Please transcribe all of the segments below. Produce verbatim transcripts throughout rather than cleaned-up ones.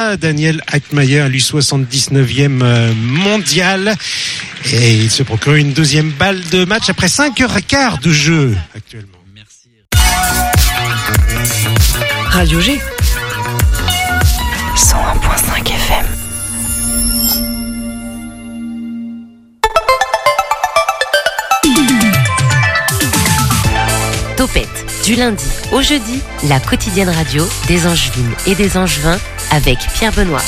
Daniel Altmaier, lui soixante-dix-neuvième mondial. Et il se procure une deuxième balle de match après cinq heures quinze de jeu actuellement. Merci. Radio G. cent un virgule cinq F M. Topette, du lundi au jeudi, la quotidienne radio des Angevines et des Angevins avec Pierre Benoît.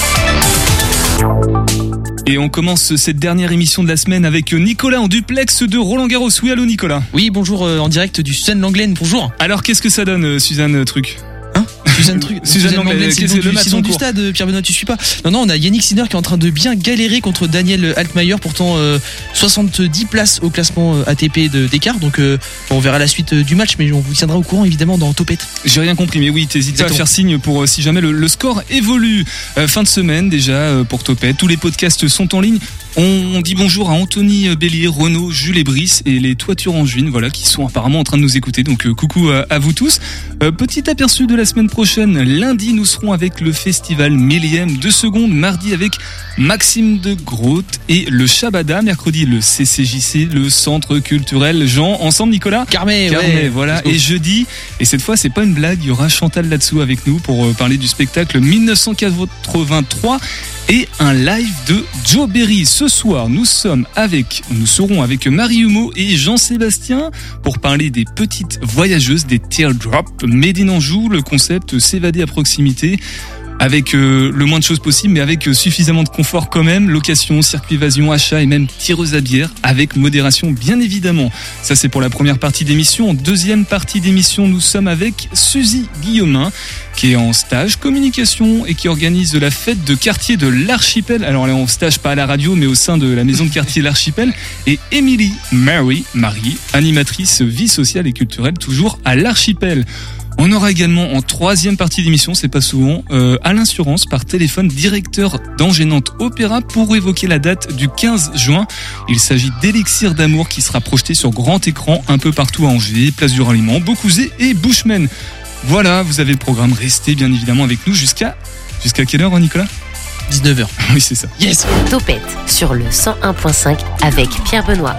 Et on commence cette dernière émission de la semaine avec Nicolas en duplex de Roland-Garros. Oui, allô Nicolas. Oui, bonjour, euh, en direct du Suzanne Langlaine, bonjour. Alors qu'est-ce que ça donne euh, Suzanne Truc? Hein Suzanne Truc Suzanne Langlaine, c'est le match du stade, Pierre Benoît, tu suis pas. Non, non, on a Yannick Sinner qui est en train de bien galérer contre Daniel Altmaier, pourtant euh, soixante-dix places au classement euh, A T P de, d'écart, donc euh, on verra la suite euh, du match, mais on vous tiendra au courant évidemment dans Topette. J'ai rien compris, mais oui, t'hésites pas à faire signe pour euh, si jamais le, le score évolue. Euh, fin de semaine déjà euh, pour Topette, tous les podcasts sont en ligne. On dit bonjour à Anthony Bélier, Renaud, Jules et Brice et les Toitures Angevines, voilà, qui sont apparemment en train de nous écouter. Donc euh, coucou à, à vous tous. Euh, petit aperçu de la semaine prochaine. Lundi, nous serons avec le festival Millième de seconde. Mardi avec Maxime de Groot et le Shabada. Mercredi, le C C J C, le Centre culturel Jean. Ensemble, Nicolas Carmet, Carmet, ouais. Voilà. Et jeudi, et cette fois, c'est pas une blague, il y aura Chantal là-dessous avec nous pour euh, parler du spectacle dix-neuf cent quatre-vingt-trois. Et un live de Joe Berry. Ce soir, nous sommes avec, nous serons avec Marie Humeau et Jean-Sébastien pour parler des petites voyageuses, des teardrops made in Anjou. Le concept, s'évader à proximité avec euh, le moins de choses possible, mais avec euh, suffisamment de confort quand même. Location, circuit évasion, achat et même tireuse à bière, avec modération bien évidemment. Ça c'est pour la première partie d'émission. En deuxième partie d'émission, nous sommes avec Suzy Guillaumin, qui est en stage communication et qui organise la fête de quartier de l'Archipel. Alors elle est en stage pas à la radio, mais au sein de la maison de quartier l'Archipel. Et Émilie Mary, Marie, animatrice vie sociale et culturelle, toujours à l'Archipel. On aura également en troisième partie d'émission, c'est pas souvent, euh, Alain Surance par téléphone, directeur d'Angers Nantes Opéra, pour évoquer la date du quinze juin. Il s'agit d'Élixir d'amour qui sera projeté sur grand écran un peu partout à Angers, Place du Ralliement, Beaucouzé et Bushman. Voilà, vous avez le programme. Restez bien évidemment avec nous jusqu'à jusqu'à quelle heure, Nicolas? dix-neuf heures. Oui, c'est ça. Yes. Topette sur le cent un virgule cinq avec Pierre Benoît.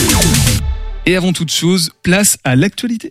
Et avant toute chose, place à l'actualité.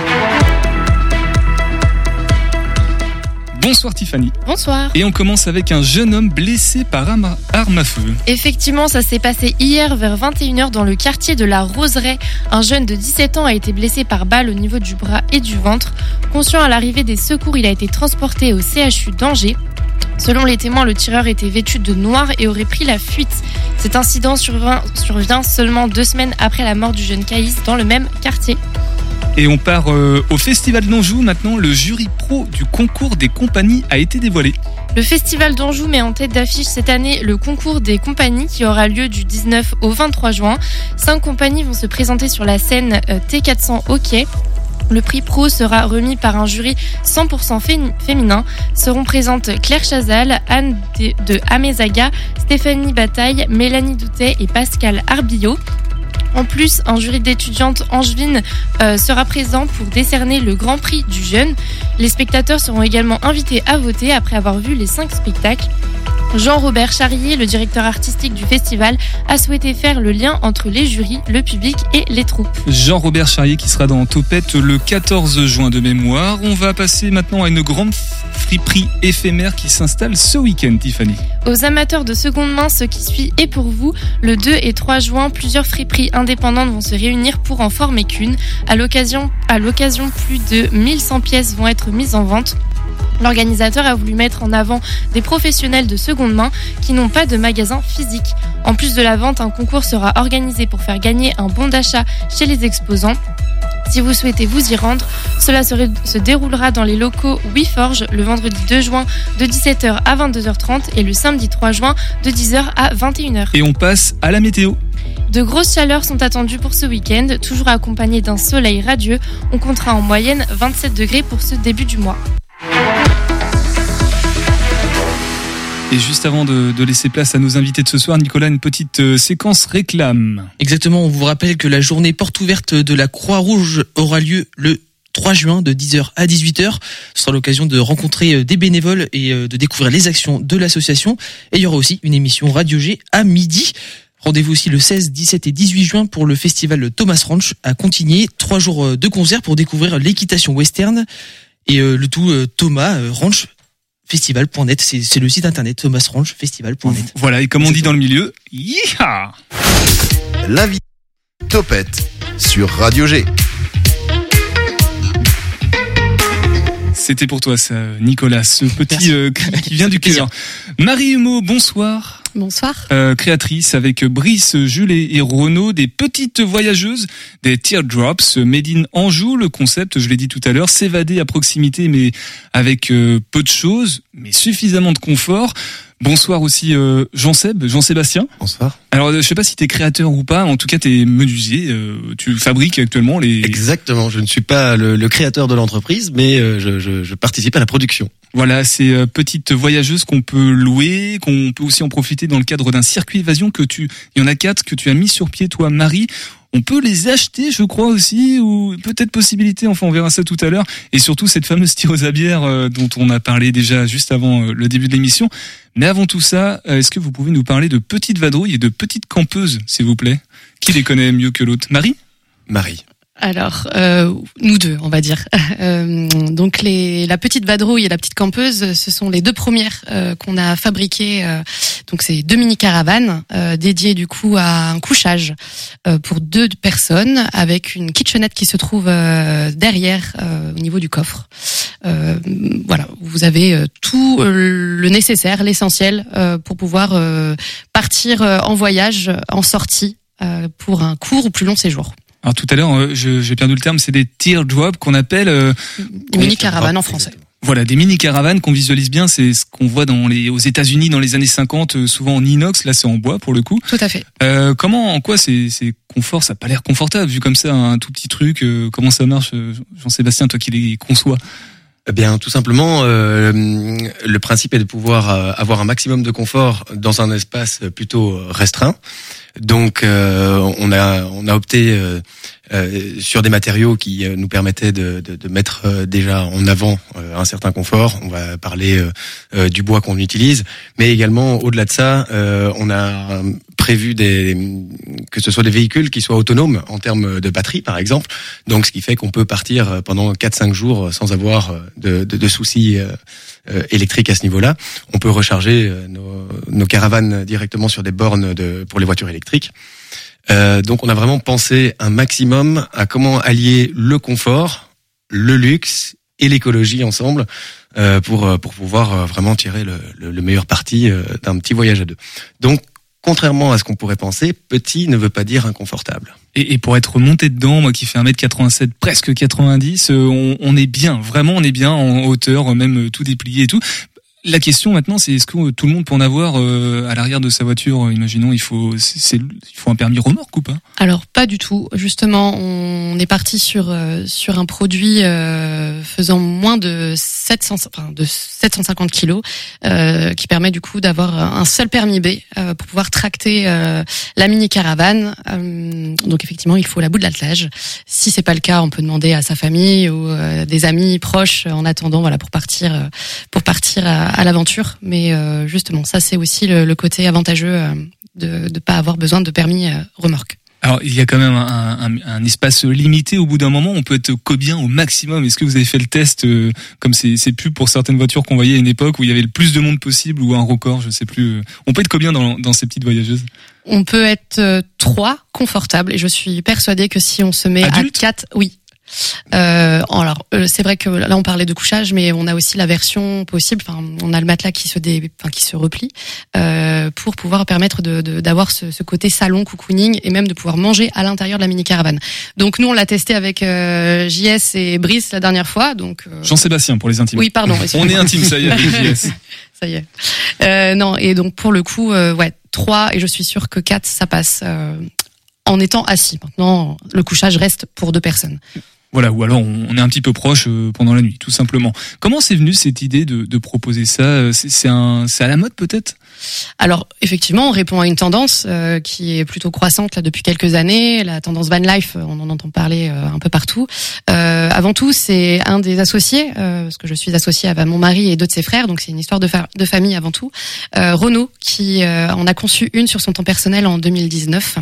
Bonsoir Tiffany. Bonsoir. Et on commence avec un jeune homme blessé par arme à feu. Effectivement, ça s'est passé hier vers vingt et une heures dans le quartier de la Roseraie. Un jeune de dix-sept ans a été blessé par balle au niveau du bras et du ventre. Conscient à l'arrivée des secours, il a été transporté au C H U d'Angers. Selon les témoins, le tireur était vêtu de noir et aurait pris la fuite. Cet incident survient, survient seulement deux semaines après la mort du jeune Caïs dans le même quartier. Et on part euh, au Festival d'Anjou maintenant. Le jury pro du concours des compagnies a été dévoilé. Le Festival d'Anjou met en tête d'affiche cette année le concours des compagnies qui aura lieu du dix-neuf au vingt-trois juin. Cinq compagnies vont se présenter sur la scène euh, T quatre cents Hockey. Le prix pro sera remis par un jury cent pour cent féminin. Seront présentes Claire Chazal, Anne de Amézaga, Stéphanie Bataille, Mélanie Doutet et Pascal Arbillot. En plus, un jury d'étudiantes angevines euh, sera présent pour décerner le Grand Prix du Jeune. Les spectateurs seront également invités à voter après avoir vu les cinq spectacles. Jean-Robert Charrier, le directeur artistique du festival, a souhaité faire le lien entre les jurys, le public et les troupes. Jean-Robert Charrier qui sera dans Topette le quatorze juin de mémoire. On va passer maintenant à une grande friperie éphémère qui s'installe ce week-end, Tiffany. Aux amateurs de seconde main, ce qui suit est pour vous. Le deux et trois juin, plusieurs friperies indépendantes vont se réunir pour en former qu'une. À l'occasion, à l'occasion, plus de mille cent pièces vont être mises en vente. L'organisateur a voulu mettre en avant des professionnels de seconde main qui n'ont pas de magasin physique. En plus de la vente, un concours sera organisé pour faire gagner un bon d'achat chez les exposants. Si vous souhaitez vous y rendre, cela se, ré- se déroulera dans les locaux WeForge le vendredi deux juin de dix-sept heures à vingt-deux heures trente et le samedi trois juin de dix heures à vingt et une heures. Et on passe à la météo. De grosses chaleurs sont attendues pour ce week-end, toujours accompagnées d'un soleil radieux. On comptera en moyenne vingt-sept degrés pour ce début du mois. Et juste avant de, de laisser place à nos invités de ce soir, Nicolas, une petite euh, séquence réclame. Exactement, on vous rappelle que la journée porte ouverte de la Croix-Rouge aura lieu le trois juin de dix heures à dix-huit heures. Ce sera l'occasion de rencontrer des bénévoles et de découvrir les actions de l'association. Et il y aura aussi une émission Radio G à midi. Rendez-vous aussi le seize, dix-sept et dix-huit juin pour le festival Thomas Ranch à Contigny. Trois jours de concert pour découvrir l'équitation western. Et le tout Thomas Ranch festival point net, c'est, c'est le site internet thomas ranch festival point net. Voilà, et comme on dit dans le milieu, yeeha! L'invité Topette sur Radio G. C'était pour toi ça, Nicolas, ce petit euh, cri qui vient du cœur. Marie Humeau, bonsoir. Bonsoir. Euh, créatrice avec Brice, Jules et Renaud, des petites voyageuses, des teardrops made in Anjou. Le concept, je l'ai dit tout à l'heure, s'évader à proximité mais avec euh, peu de choses, mais suffisamment de confort. Bonsoir aussi euh, Jean-Seb, Jean-Sébastien. Bonsoir. Alors je sais pas si t'es créateur ou pas, en tout cas t'es menuisier, euh, tu fabriques actuellement les... Exactement, je ne suis pas le, le créateur de l'entreprise, mais euh, je, je, je participe à la production. Voilà, ces euh, petites voyageuses qu'on peut louer, qu'on peut aussi en profiter dans le cadre d'un circuit évasion que tu... Il y en a quatre que tu as mis sur pied toi Marie. On peut les acheter, je crois aussi, ou peut-être possibilité, enfin on verra ça tout à l'heure. Et surtout cette fameuse tireuse à bière euh, dont on a parlé déjà juste avant euh, le début de l'émission. Mais avant tout ça, euh, est-ce que vous pouvez nous parler de petites vadrouilles et de petites campeuses, s'il vous plaît? Qui les connaît mieux que l'autre? Marie? Marie. Alors, euh, nous deux, on va dire. Euh, donc, les, la petite vadrouille et la petite campeuse, ce sont les deux premières euh, qu'on a fabriquées. Euh, donc, c'est deux mini-caravanes euh, dédiées du coup à un couchage euh, pour deux personnes, avec une kitchenette qui se trouve euh, derrière, euh, au niveau du coffre. Euh, voilà, vous avez euh, tout euh, le nécessaire, l'essentiel euh, pour pouvoir euh, partir euh, en voyage, en sortie, euh, pour un court ou plus long séjour. Alors tout à l'heure, euh, je, j'ai perdu le terme, c'est des teardrops qu'on appelle... Euh, des mini-caravanes en français. Voilà, des mini-caravanes qu'on visualise bien, c'est ce qu'on voit dans les, aux États-Unis dans les années cinquante, euh, souvent en inox, là c'est en bois pour le coup. Tout à fait. Euh, comment, en quoi c'est, c'est confort? Ça a pas l'air confortable vu comme ça, un tout petit truc. Euh, comment ça marche, Jean-Sébastien, toi qui les conçois? Eh bien, tout simplement, euh, le principe est de pouvoir euh, avoir un maximum de confort dans un espace plutôt restreint. Donc, euh, on a on a opté euh, euh, sur des matériaux qui euh, nous permettaient de, de, de mettre euh, déjà en avant euh, un certain confort. On va parler euh, euh, du bois qu'on utilise, mais également au-delà de ça, euh, on a prévu des que ce soit des véhicules qui soient autonomes en termes de batterie, par exemple. Donc, ce qui fait qu'on peut partir pendant quatre cinq jours sans avoir de, de, de soucis euh, euh, électriques à ce niveau-là. On peut recharger euh, nos, nos caravanes directement sur des bornes de pour les voitures électriques. Euh, donc on a vraiment pensé un maximum à comment allier le confort, le luxe et l'écologie ensemble euh, pour pour pouvoir vraiment tirer le, le, le meilleur parti euh, d'un petit voyage à deux. Donc contrairement à ce qu'on pourrait penser, petit ne veut pas dire inconfortable. Et, et pour être monté dedans, moi qui fais un mètre quatre-vingt-sept, presque quatre-vingt-dix, euh, on, on est bien, vraiment on est bien en hauteur, même tout déplié et tout. La question maintenant, c'est est-ce que tout le monde peut en avoir euh, à l'arrière de sa voiture? Imaginons, il faut, c'est, c'est, il faut un permis remorque ou pas? Alors pas du tout. Justement, on est parti sur euh, sur un produit euh, faisant moins de sept cents, enfin de sept cent cinquante kilos, euh, qui permet du coup d'avoir un seul permis B euh, pour pouvoir tracter euh, la mini caravane. Euh, donc effectivement, il faut la bout de l'attelage. Si c'est pas le cas, on peut demander à sa famille ou euh, des amis proches en attendant, voilà, pour partir euh, pour partir à à l'aventure, mais euh, justement, ça c'est aussi le, le côté avantageux euh, de ne pas avoir besoin de permis euh, remorque. Alors, il y a quand même un, un, un espace limité au bout d'un moment, on peut être combien au maximum? Est-ce que vous avez fait le test, euh, comme c'est, c'est plus pour certaines voitures qu'on voyait à une époque où il y avait le plus de monde possible ou un record, je sais plus. On peut être combien dans, dans ces petites voyageuses? On peut être euh, trois confortables et je suis persuadée que si on se met Adulte? à quatre, oui. Euh, alors euh, c'est vrai que là on parlait de couchage, mais on a aussi la version possible. Enfin, on a le matelas qui se dé, enfin qui se replie euh, pour pouvoir permettre de, de d'avoir ce, ce côté salon cocooning et même de pouvoir manger à l'intérieur de la mini caravane. Donc nous on l'a testé avec euh, J S et Brice la dernière fois. Donc euh... Jean-Sébastien pour les intimes. Oui, pardon. On est intime, ça y est, avec J S. Ça y est. Euh, non, et donc pour le coup, euh, ouais, trois et je suis sûre que quatre ça passe euh, en étant assis. Maintenant, le couchage reste pour deux personnes. Voilà, ou alors on, on est un petit peu proche euh, pendant la nuit, tout simplement. Comment c'est venu cette idée de, de proposer ça? C'est, c'est, un, c'est à la mode peut-être? Alors effectivement, on répond à une tendance euh, qui est plutôt croissante là depuis quelques années, la tendance van life, on en entend parler euh, un peu partout. Euh, avant tout, c'est un des associés, euh, parce que je suis associée avec mon mari et deux de ses frères, donc c'est une histoire de, fa- de famille avant tout. Euh, Renaud qui euh, en a conçu une sur son temps personnel en deux mille dix-neuf.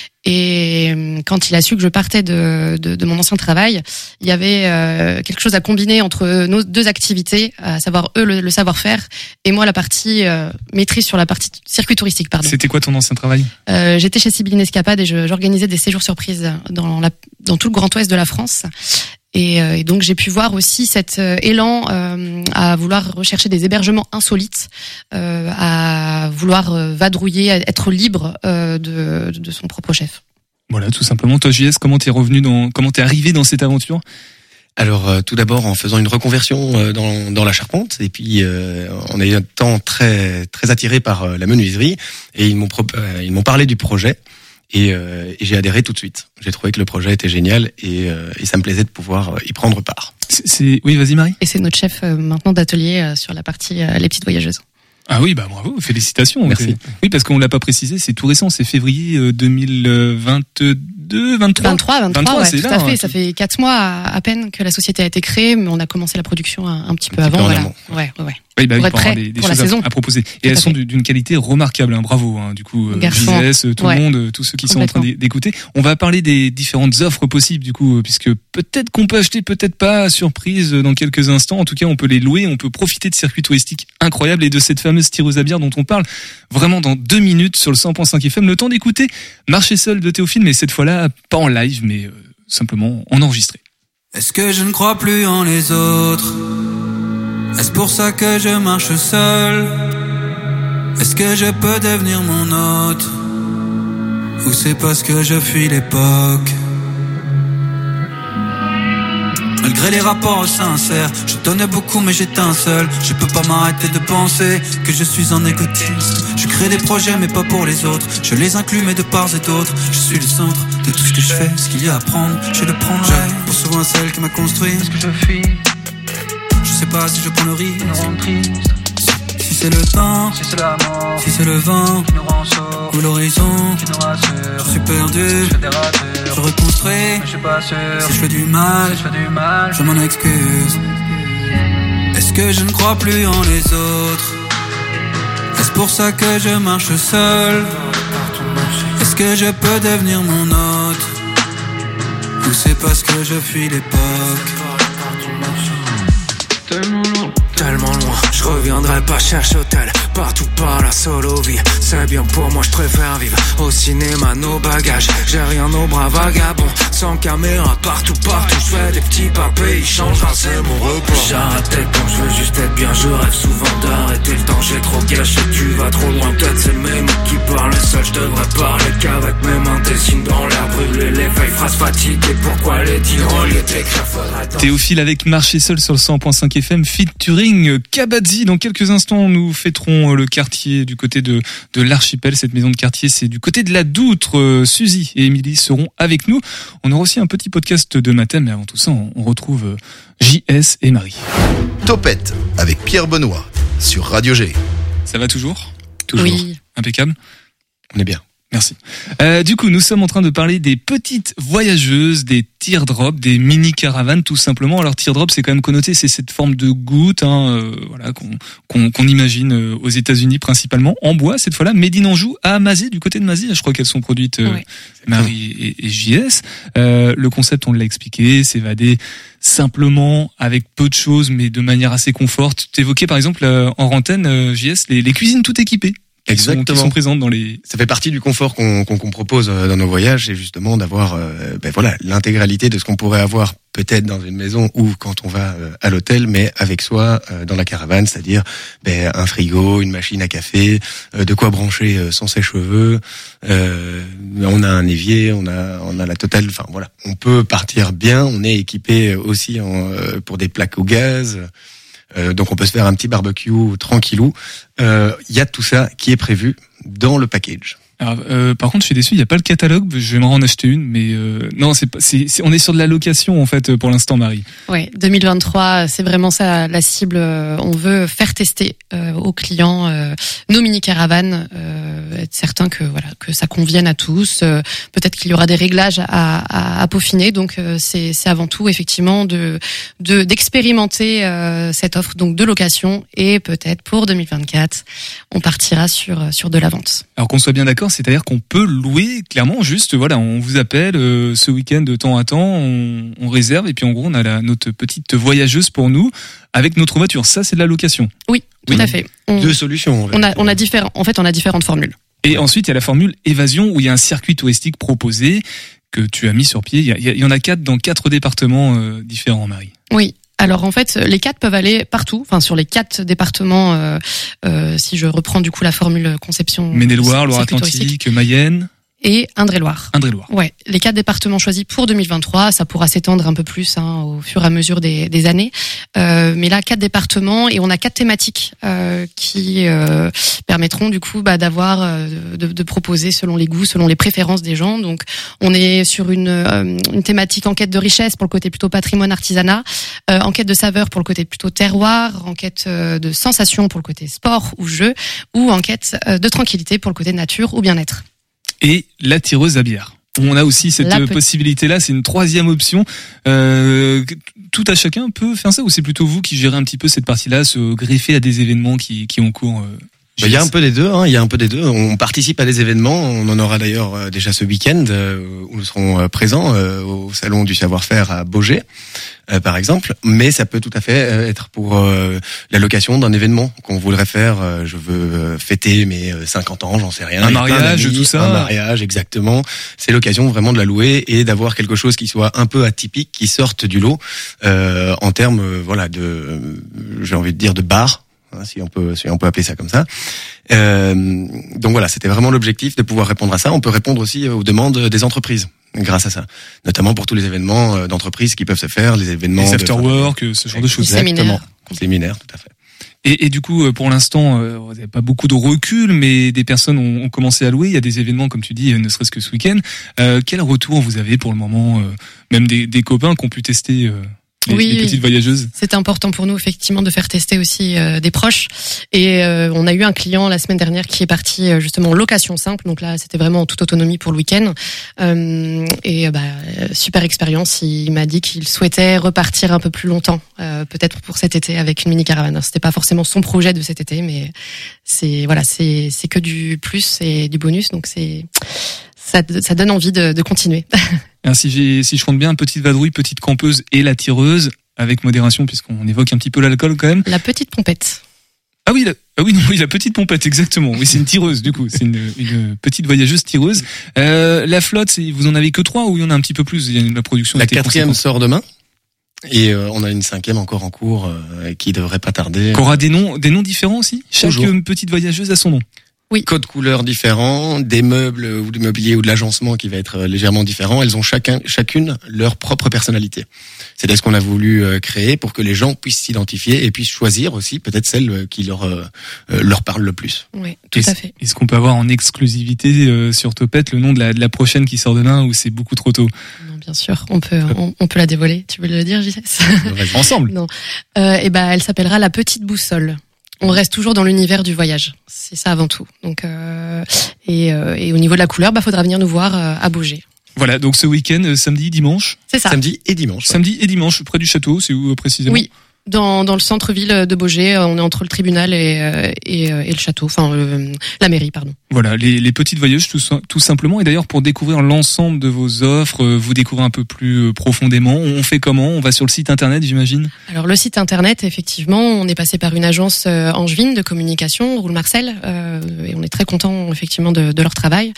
Et quand il a su que je partais de, de, de mon ancien travail, il y avait euh, quelque chose à combiner entre nos deux activités, à savoir eux le, le savoir-faire et moi la partie euh, maîtrise sur la partie circuit touristique. Pardon. C'était quoi ton ancien travail? euh, J'étais chez Sibylline Escapade et je, j'organisais des séjours surprises dans, la, dans tout le Grand Ouest de la France. Et, euh, et donc j'ai pu voir aussi cet euh, élan euh, à vouloir rechercher des hébergements insolites, euh, à vouloir euh, vadrouiller, à être libre euh, de, de son propre chef. Voilà, tout simplement. Toi, J S, comment t'es revenu dans, comment t'es arrivé dans cette aventure? Alors euh, tout d'abord en faisant une reconversion euh, dans, dans la charpente et puis euh, en étant très très attiré par euh, la menuiserie et ils m'ont pro- euh, ils m'ont parlé du projet. Et, euh, et j'ai adhéré tout de suite. J'ai trouvé que le projet était génial et, euh, et ça me plaisait de pouvoir y prendre part. C'est, c'est... Oui, vas-y Marie. Et c'est notre chef euh, maintenant d'atelier euh, sur la partie euh, les petites voyageuses. Ah oui, bah bravo, félicitations. Merci. Oui, parce qu'on l'a pas précisé, c'est tout récent, c'est février deux mille vingt-deux, vingt-trois. vingt-trois, vingt-trois, vingt-trois, ouais, c'est tout là, à fait. hein. Ça fait quatre mois à, à peine que la société a été créée, mais on a commencé la production un, un petit peu Un petit avant. peu en Voilà. amont. Ouais, ouais, ouais. Oui, bah, Pour oui, être pour avoir prêt des, des pour la choses à, saison. à proposer. Tout Et elles à sont fait. d'une qualité remarquable, hein. Bravo. Hein. Du coup, euh, Garçon. J S, tout Ouais. le monde, tous ceux qui sont en train Complètement. d'écouter. On va parler des différentes offres possibles, du coup, puisque peut-être qu'on peut acheter, peut-être pas, surprise dans quelques instants. En tout cas, on peut les louer, on peut profiter de circuits touristiques incroyables et de cette fameuse tireuse à bière dont on parle vraiment dans deux minutes sur le cent point cinq F M. Le temps d'écouter Marcher seul de Théophile, mais cette fois-là, pas en live, mais euh, simplement en enregistré. Est-ce que je ne crois plus en les autres? Est-ce pour ça que je marche seul? Est-ce que je peux devenir mon hôte? Ou c'est parce que je fuis l'époque? Malgré les rapports sincères, je donnais beaucoup mais j'éteins seul. Je peux pas m'arrêter de penser que je suis un égotiste. Je crée des projets mais pas pour les autres. Je les inclus mais de part et d'autre. Je suis le centre de tout ce que je fais. Ce qu'il y a à prendre, je le prendrai. Je pense souvent à celle qui m'a construit. Ce que je fuis, je sais pas si je prends le risque. Si, si c'est le temps, si c'est la mort, si c'est le vent qui nous rend sourds, ou l'horizon qui nous rassure. Je suis perdu, je fais des ratures, je reconstruis, mais je suis pas sûr. Si je fais du mal, si je fais du mal, je m'en excuse. Est-ce que je ne crois plus en les autres? Est-ce pour ça que je marche seul? Est-ce que je peux devenir mon hôte? Ou c'est parce que je fuis l'époque? Tellement loin, tellement loin, je reviendrai pas chercher hôtel. Partout par la solo vie, c'est bien pour moi, je préfère vivre au cinéma, nos bagages. J'ai rien au bras vagabond, sans caméra, partout, partout. Je fais des petits papés, il changera, c'est mon repos. J'arrête quand je veux juste être bien, je rêve souvent d'arrêter le temps. J'ai trop gâché, tu vas trop loin. Peut-être c'est mes mots qui parlent seul, je devrais parler qu'avec mes mains. Dessine dans l'air, brûler les feuilles, phrases fatiguées. Pourquoi les dire au lieu d'écrire, faudrait attendre. Théophile avec Marcher seul sur le cent point cinq F M, featuring Kabadzi. Dans quelques instants, nous fêterons le quartier du côté de, de l'Archipel. Cette maison de quartier, c'est du côté de la Doutre. Euh, Suzy et Émilie seront avec nous. On aura aussi un petit podcast de matin, mais avant tout ça, on, on retrouve euh, J S et Marie. Topette avec Pierre Benoît sur Radio G. Ça va toujours? Toujours. Oui. Impeccable. On est bien. Merci. Euh, du coup, nous sommes en train de parler des petites voyageuses, des teardrops, des mini caravanes, tout simplement. Alors, teardrop, c'est quand même connoté, c'est cette forme de goutte, hein, euh, voilà, qu'on, qu'on, qu'on imagine euh, aux États-Unis principalement, en bois cette fois-là, made in Anjou à Mazé, du côté de Mazé. Je crois qu'elles sont produites euh, Oui. Marie et, et J S. Euh, le concept, on l'a expliqué, s'évader simplement avec peu de choses, mais de manière assez confort. Tu évoquais par exemple euh, en rantaine, euh, J S, les, les cuisines tout équipées. Qui sont, qui sont présentes dans les. Ça fait partie du confort qu'on, qu'on, qu'on propose dans nos voyages, c'est justement d'avoir, euh, ben voilà, l'intégralité de ce qu'on pourrait avoir peut-être dans une maison ou quand on va euh, à l'hôtel, mais avec soi euh, dans la caravane, c'est-à-dire ben, un frigo, une machine à café, euh, de quoi brancher euh, son sèche-cheveux. Euh, on a un évier, on a, on a la totale. Enfin voilà, on peut partir bien. On est équipé aussi en, euh, pour des plaques au gaz. Euh, donc on peut se faire un petit barbecue tranquillou. Il euh, y a tout ça qui est prévu dans le package. Alors, euh, par contre, je suis déçu, il n'y a pas le catalogue. J'aimerais en acheter une, mais euh, non, c'est pas. C'est, c'est, on est sur de la location en fait pour l'instant, Marie. Ouais, deux mille vingt-trois, c'est vraiment ça la cible. On veut faire tester euh, aux clients euh, nos mini caravanes, euh, être certain que voilà que ça convienne à tous. Euh, peut-être qu'il y aura des réglages à, à, à peaufiner. Donc euh, c'est, c'est avant tout effectivement de, de d'expérimenter euh, cette offre donc de location et peut-être pour deux mille vingt-quatre, on partira sur sur de la vente. Alors qu'on soit bien d'accord, c'est-à-dire qu'on peut louer clairement juste, voilà, on vous appelle euh, ce week-end de temps à temps, on, on réserve et puis en gros on a la, notre petite voyageuse pour nous avec notre voiture. Ça c'est de la location. Oui, tout oui. à fait. On, Deux solutions. On a, on a différents. En fait, on a différentes formules. Et ensuite il y a la formule évasion où il y a un circuit touristique proposé que tu as mis sur pied. Il y, a, il y en a quatre dans quatre départements euh, différents, Marie. Oui. Alors en fait, les quatre peuvent aller partout, enfin sur les quatre départements. Euh, euh, si je reprends du coup la formule conception. Maine-et-Loire, Loire-Atlantique, Mayenne. Et Indre-et-Loire. Indre-et-Loire. Ouais, les quatre départements choisis pour deux mille vingt-trois, ça pourra s'étendre un peu plus hein, au fur et à mesure des, des années. Euh, mais là, quatre départements et on a quatre thématiques euh, qui euh, permettront du coup bah, d'avoir, euh, de, de proposer selon les goûts, selon les préférences des gens. Donc, on est sur une, euh, une thématique enquête de richesse pour le côté plutôt patrimoine artisanat, euh, enquête de saveur pour le côté plutôt terroir, enquête euh, de sensation pour le côté sport ou jeu, ou enquête euh, de tranquillité pour le côté nature ou bien-être. Et la tireuse à bière. On a aussi cette la possibilité-là, c'est une troisième option. Euh, tout à chacun peut faire ça ou c'est plutôt vous qui gérez un petit peu cette partie-là, se greffer à des événements qui, qui ont cours euh, Il y a un peu des deux, hein, il y a un peu des deux. On participe à des événements, on en aura d'ailleurs euh, déjà ce week-end euh, où nous serons euh, présents euh, au salon du savoir-faire à Baugé, euh, par exemple. Mais ça peut tout à fait euh, être pour euh, la location d'un événement qu'on voudrait faire. Euh, je veux euh, fêter mes cinquante ans, j'en sais rien. Un mariage, tout ça. Un mariage, exactement. C'est l'occasion vraiment de la louer et d'avoir quelque chose qui soit un peu atypique, qui sorte du lot euh, en termes, euh, voilà, de, euh, j'ai envie de dire de bar. Si on peut, si on peut appeler ça comme ça. Euh, donc voilà, c'était vraiment l'objectif de pouvoir répondre à ça. On peut répondre aussi aux demandes des entreprises grâce à ça, notamment pour tous les événements d'entreprise qui peuvent se faire, les événements, les after work, ce genre de choses. Séminaires, séminaires, tout à fait. Et, et du coup, pour l'instant, vous n'avez pas beaucoup de recul, mais des personnes ont, ont commencé à louer. Il y a des événements, comme tu dis, ne serait-ce que ce week-end. Euh, quel retour vous avez pour le moment, euh, même des, des copains qui ont pu tester? Euh Les, oui, les petites voyageuses. C'est important pour nous effectivement de faire tester aussi euh, des proches. Et euh, on a eu un client la semaine dernière qui est parti euh, justement en location simple. Donc là, c'était vraiment en toute autonomie pour le week-end. Euh, et bah, super expérience. Il m'a dit qu'il souhaitait repartir un peu plus longtemps, euh, peut-être pour cet été avec une mini caravane. C'était pas forcément son projet de cet été, mais c'est voilà, c'est c'est que du plus et du bonus. Donc c'est ça, ça donne envie de, de continuer. Alors, si, j'ai, si je compte bien, petite vadrouille, petite campeuse et la tireuse, avec modération, puisqu'on évoque un petit peu l'alcool quand même. La petite pompette. Ah oui, la, ah oui, non, oui, la petite pompette, exactement. Oui, c'est une tireuse, du coup. C'est une, une petite voyageuse tireuse. Euh, la flotte, c'est, vous en avez que trois ou il y en a un petit peu plus? Il y a la production. La quatrième sort demain. Et euh, on a une cinquième encore en cours euh, qui devrait pas tarder. Qui aura des noms, des noms différents aussi? Chaque Toujours. Petite voyageuse a son nom. Oui. Code couleur différents, des meubles ou du mobilier ou de l'agencement qui va être légèrement différent. Elles ont chacun, chacune leur propre personnalité. C'est ce qu'on a voulu créer pour que les gens puissent s'identifier et puissent choisir aussi peut-être celle qui leur euh, leur parle le plus. Oui, tout est-ce, à fait. Est-ce qu'on peut avoir en exclusivité euh, sur Topette le nom de la, de la prochaine qui sort demain ou c'est beaucoup trop tôt? Non, bien sûr, on peut on, on peut la dévoiler. Tu veux le dire, J S? Ensemble. Non. Euh, et ben, elle s'appellera la petite boussole. On reste toujours dans l'univers du voyage, c'est ça avant tout. Donc euh, et, euh, et au niveau de la couleur, bah faudra venir nous voir euh, à Baugé. Voilà, donc ce week-end, euh, samedi, dimanche. C'est ça. Samedi et dimanche. Samedi et dimanche, près du château, c'est où précisément? Oui. Dans, dans le centre-ville de Baugé, on est entre le tribunal et, et, et le château, enfin euh, la mairie, pardon. Voilà, les, les petites voyageuses tout, tout simplement. Et d'ailleurs, pour découvrir l'ensemble de vos offres, vous découvrez un peu plus profondément. On fait comment? On va sur le site internet, j'imagine? Alors le site internet, effectivement, on est passé par une agence angevine de communication, Roule Marcel, euh, et on est très content effectivement de, de leur travail.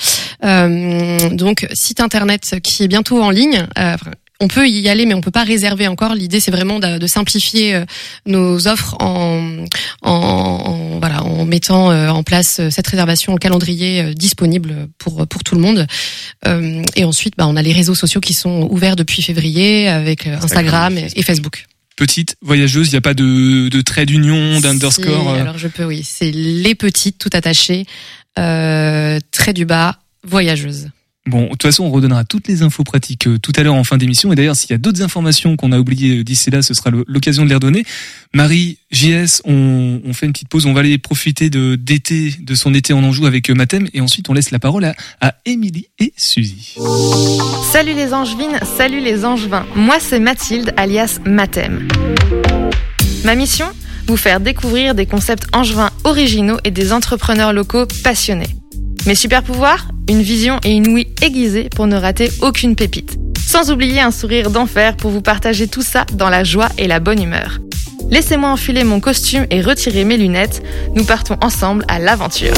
Euh, donc site internet qui est bientôt en ligne. Euh, On peut y aller, mais on peut pas réserver encore. L'idée, c'est vraiment de, de simplifier nos offres en, en, en voilà, en mettant en place cette réservation au calendrier disponible pour pour tout le monde. Euh, et ensuite, bah, on a les réseaux sociaux qui sont ouverts depuis février avec Instagram et, et Facebook. Petite voyageuse, il n'y a pas de, de trait d'union, d'underscore. Si, alors je peux, oui. C'est les petites, tout attachées, euh, trait du bas, voyageuse. Bon, de toute façon, on redonnera toutes les infos pratiques euh, tout à l'heure en fin d'émission. Et d'ailleurs, s'il y a d'autres informations qu'on a oubliées euh, d'ici là, ce sera le, l'occasion de les redonner. Marie, J S, on, on fait une petite pause. On va aller profiter de, d'été, de son été en Anjou avec euh, Mathem. Et ensuite, on laisse la parole à, à Émilie et Suzy. Salut les Angevines, salut les Angevins. Moi, c'est Mathilde, alias Mathem. Ma mission ? Vous faire découvrir des concepts angevins originaux et des entrepreneurs locaux passionnés. Mes super pouvoirs ? Une vision et une ouïe aiguisée pour ne rater aucune pépite. Sans oublier un sourire d'enfer pour vous partager tout ça dans la joie et la bonne humeur. Laissez-moi enfiler mon costume et retirer mes lunettes. Nous partons ensemble à l'aventure.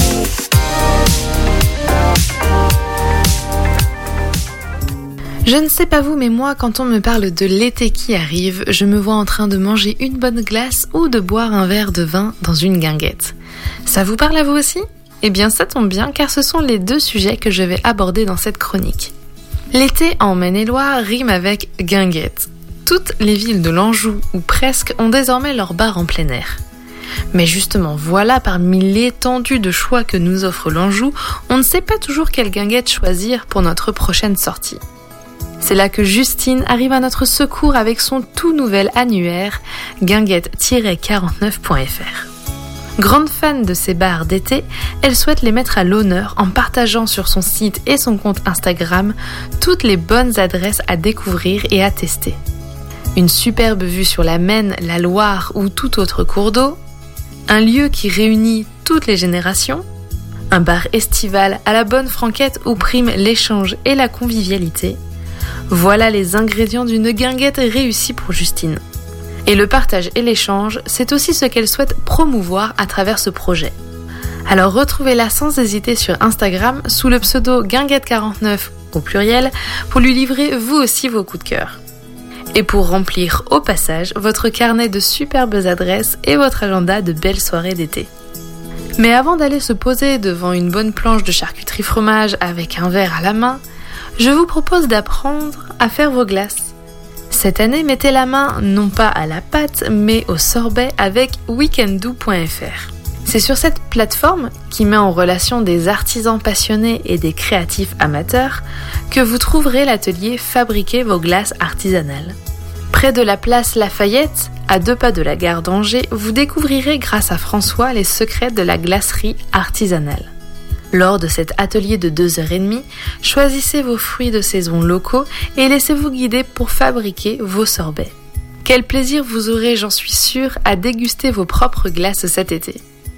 Je ne sais pas vous, mais moi, quand on me parle de l'été qui arrive, je me vois en train de manger une bonne glace ou de boire un verre de vin dans une guinguette. Ça vous parle à vous aussi ? Eh bien, ça tombe bien, car ce sont les deux sujets que je vais aborder dans cette chronique. L'été en Maine-et-Loire rime avec guinguette. Toutes les villes de l'Anjou, ou presque, ont désormais leur bar en plein air. Mais justement, voilà parmi l'étendue de choix que nous offre l'Anjou, on ne sait pas toujours quelle guinguette choisir pour notre prochaine sortie. C'est là que Justine arrive à notre secours avec son tout nouvel annuaire guinguette tiret quarante-neuf point f r. Grande fan de ces bars d'été, elle souhaite les mettre à l'honneur en partageant sur son site et son compte Instagram toutes les bonnes adresses à découvrir et à tester. Une superbe vue sur la Maine, la Loire ou tout autre cours d'eau, un lieu qui réunit toutes les générations, un bar estival à la bonne franquette où prime l'échange et la convivialité. Voilà les ingrédients d'une guinguette réussie pour Justine. Et le partage et l'échange, c'est aussi ce qu'elle souhaite promouvoir à travers ce projet. Alors retrouvez-la sans hésiter sur Instagram sous le pseudo guinguette quarante-neuf au pluriel pour lui livrer vous aussi vos coups de cœur. Et pour remplir au passage votre carnet de superbes adresses et votre agenda de belles soirées d'été. Mais avant d'aller se poser devant une bonne planche de charcuterie fromage avec un verre à la main, je vous propose d'apprendre à faire vos glaces. Cette année, mettez la main non pas à la pâte, mais au sorbet avec weekendoo point f r. C'est sur cette plateforme, qui met en relation des artisans passionnés et des créatifs amateurs, que vous trouverez l'atelier Fabriquer vos glaces artisanales. Près de la place Lafayette, à deux pas de la gare d'Angers, vous découvrirez grâce à François les secrets de la glacerie artisanale. Lors de cet atelier de deux heures trente, choisissez vos fruits de saison locaux et laissez-vous guider pour fabriquer vos sorbets. Quel plaisir vous aurez, j'en suis sûre, à déguster vos propres glaces cet été.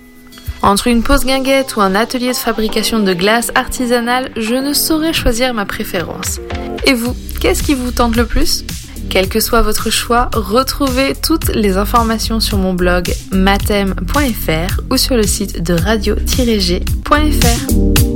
Entre une pause guinguette ou un atelier de fabrication de glaces artisanales, je ne saurais choisir ma préférence. Et vous, qu'est-ce qui vous tente le plus ? Quel que soit votre choix, retrouvez toutes les informations sur mon blog mathem point f r ou sur le site de radio tiret g point f r.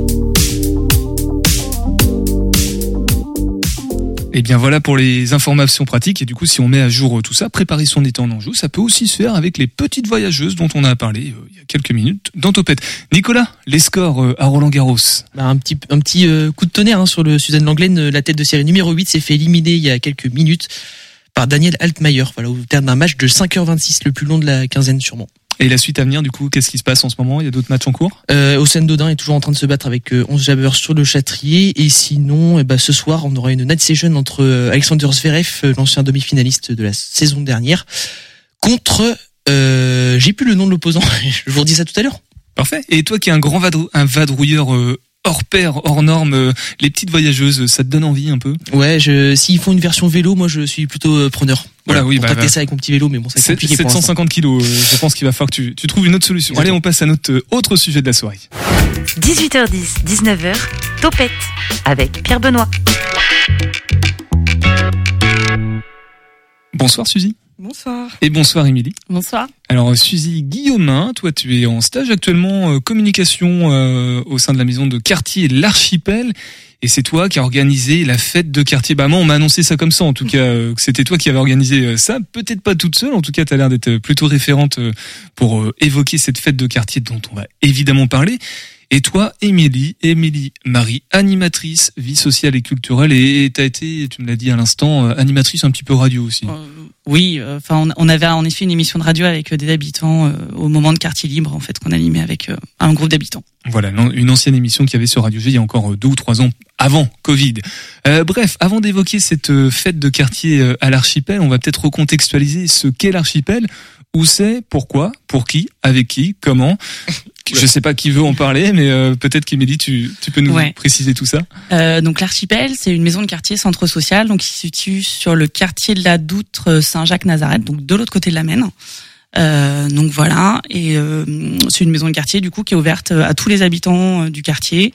Et bien voilà pour les informations pratiques. Et du coup, si on met à jour tout ça, préparer son été en Anjou, ça peut aussi se faire avec les petites voyageuses dont on a parlé euh, il y a quelques minutes dans Topette. Nicolas, les scores euh, à Roland-Garros. Bah, un petit, un petit euh, coup de tonnerre hein, sur le Suzanne Lenglen. La tête de série numéro huit s'est fait éliminer il y a quelques minutes par Daniel Altmaier. Voilà, au terme d'un match de cinq heures vingt-six, le plus long de la quinzaine sûrement. Et la suite à venir, du coup, qu'est-ce qui se passe en ce moment ? Il y a d'autres matchs en cours ? euh, Océane Dodin est toujours en train de se battre avec euh, onze jabbeurs sur le Châtrier. Et sinon, eh ben, ce soir, on aura une night session entre euh, Alexander Zverev, euh, l'ancien demi-finaliste de la saison dernière, contre... Euh, j'ai plus le nom de l'opposant, je vous redis ça tout à l'heure. Parfait. Et toi qui es un grand vadrou- un vadrouilleur euh, hors pair, hors norme, euh, les petites voyageuses, ça te donne envie un peu ? Ouais, je, s'ils font une version vélo, moi je suis plutôt euh, preneur. Voilà, Voilà, oui, pour bah, tâter bah, ça avec mon petit vélo, mais bon, c'est compliqué pour sept cent cinquante kilos, euh, je pense qu'il va falloir que tu, tu trouves une autre solution. Allez, on passe à notre euh, autre sujet de la soirée. dix-huit heures dix, dix-neuf heures, Topette avec Pierre Benoît. Bonsoir Suzy. Bonsoir. Et bonsoir Émilie. Bonsoir. Alors Suzy Guillaumin, toi tu es en stage actuellement euh, communication euh, au sein de la maison de quartier L'Archipel. Et c'est toi qui as organisé la fête de quartier. Bah moi on m'a annoncé ça comme ça en tout cas, euh, que c'était toi qui avais organisé ça. Peut-être pas toute seule, en tout cas tu as l'air d'être plutôt référente euh, pour euh, évoquer cette fête de quartier dont on va évidemment parler. Et toi, Émilie, Émilie Marie, animatrice, vie sociale et culturelle, et tu as été, tu me l'as dit à l'instant, euh, animatrice un petit peu radio aussi. Euh, oui, enfin euh, on, on avait en effet une émission de radio avec euh, des habitants euh, au moment de Quartier Libre en fait qu'on animait avec euh, un groupe d'habitants. Voilà, une ancienne émission qu'il y avait sur Radio G il y a encore deux ou trois ans avant Covid. Euh, bref, avant d'évoquer cette fête de quartier à l'archipel, on va peut-être recontextualiser ce qu'est l'archipel, où c'est, pourquoi, pour qui, avec qui, comment. Je sais pas qui veut en parler, mais euh, peut-être qu'Émilie, tu, tu peux nous ouais. préciser tout ça. Euh, donc l'archipel, c'est une maison de quartier centre social, donc qui se situe sur le quartier de la Doutre Saint-Jacques-Nazareth, donc de l'autre côté de la Maine. Euh, donc voilà, et euh, c'est une maison de quartier du coup qui est ouverte à tous les habitants du quartier,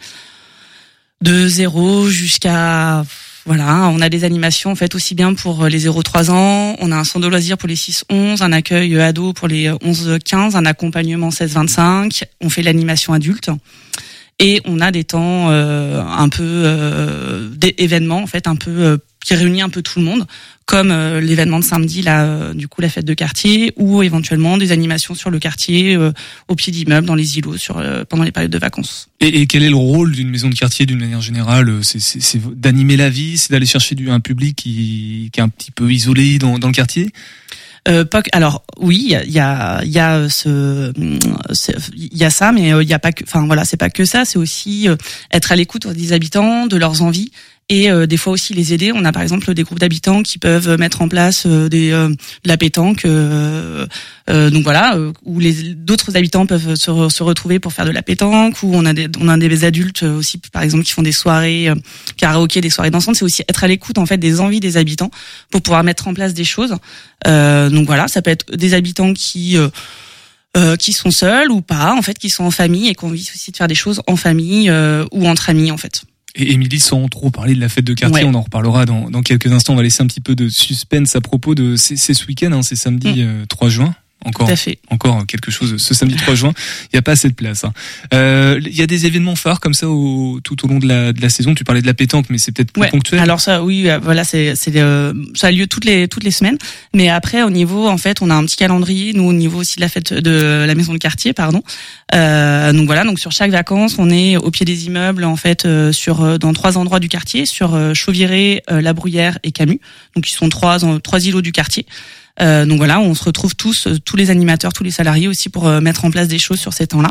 de zéro jusqu'à voilà. On a des animations en fait aussi bien pour les zéro trois ans, on a un centre de loisirs pour les six onze, un accueil ado pour les onze quinze, un accompagnement seize vingt-cinq, on fait l'animation adulte. Et on a des temps euh, un peu euh, des événements en fait un peu euh, qui réunit un peu tout le monde, comme euh, l'événement de samedi là, euh, du coup la fête de quartier, ou éventuellement des animations sur le quartier, euh, au pied d'immeubles, dans les îlots, sur euh, pendant les périodes de vacances. Et, et quel est le rôle d'une maison de quartier d'une manière générale ? C'est, c'est, c'est d'animer la vie, c'est d'aller chercher du, un public qui, qui est un petit peu isolé dans, dans le quartier ? Euh, pas que, alors oui, il y a, il y a, il y a ce, il y a ça, mais il y a pas que, enfin voilà, c'est pas que ça, c'est aussi être à l'écoute des habitants, de leurs envies. Et euh, des fois aussi les aider. On a par exemple des groupes d'habitants qui peuvent mettre en place euh, des euh, de la pétanque, euh, euh, donc voilà, euh, où les d'autres habitants peuvent se, re, se retrouver pour faire de la pétanque. Où on a des on a des adultes aussi, par exemple, qui font des soirées euh, karaoké, des soirées dansantes. C'est aussi être à l'écoute en fait des envies des habitants pour pouvoir mettre en place des choses. Euh, donc voilà, ça peut être des habitants qui euh, euh, qui sont seuls ou pas, en fait, qui sont en famille et qui ont envie aussi de faire des choses en famille euh, ou entre amis en fait. Et Émilie, sans trop parler de la fête de quartier, ouais. on en reparlera dans, dans quelques instants. On va laisser un petit peu de suspense à propos de c'est, c'est ce week-end, hein, c'est samedi mmh. euh, trois juin. Encore, encore quelque chose. Ce samedi trois juin, il y a pas assez de place. Hein. Euh, il y a des événements phares comme ça au, tout au long de la, de la saison. Tu parlais de la pétanque, mais c'est peut-être plus ouais. ponctuel. Alors ça, oui, voilà, c'est, c'est euh, ça a lieu toutes les toutes les semaines. Mais après, au niveau, en fait, on a un petit calendrier. Nous, au niveau aussi de la fête de la maison de quartier, pardon. Euh, donc voilà, donc sur chaque vacances, on est au pied des immeubles, en fait, euh, sur dans trois endroits du quartier, sur euh, Chauviré, euh, La Bruyère et Camus. Donc ils sont trois trois îlots du quartier. Euh, donc voilà, on se retrouve tous, tous les animateurs, tous les salariés aussi pour euh, mettre en place des choses sur ces temps-là.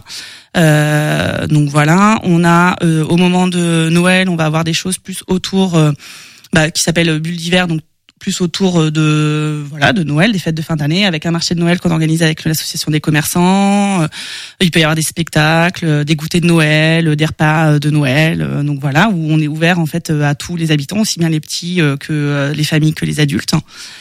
Euh, donc voilà, on a euh, au moment de Noël, on va avoir des choses plus autour, euh, bah, qui s'appelle Bulle d'hiver, donc plus autour de voilà de Noël, des fêtes de fin d'année, avec un marché de Noël qu'on organise avec l'association des commerçants. Euh, il peut y avoir des spectacles, des goûters de Noël, des repas de Noël. Euh, donc voilà, où on est ouvert en fait à tous les habitants, aussi bien les petits euh, que euh, les familles que les adultes.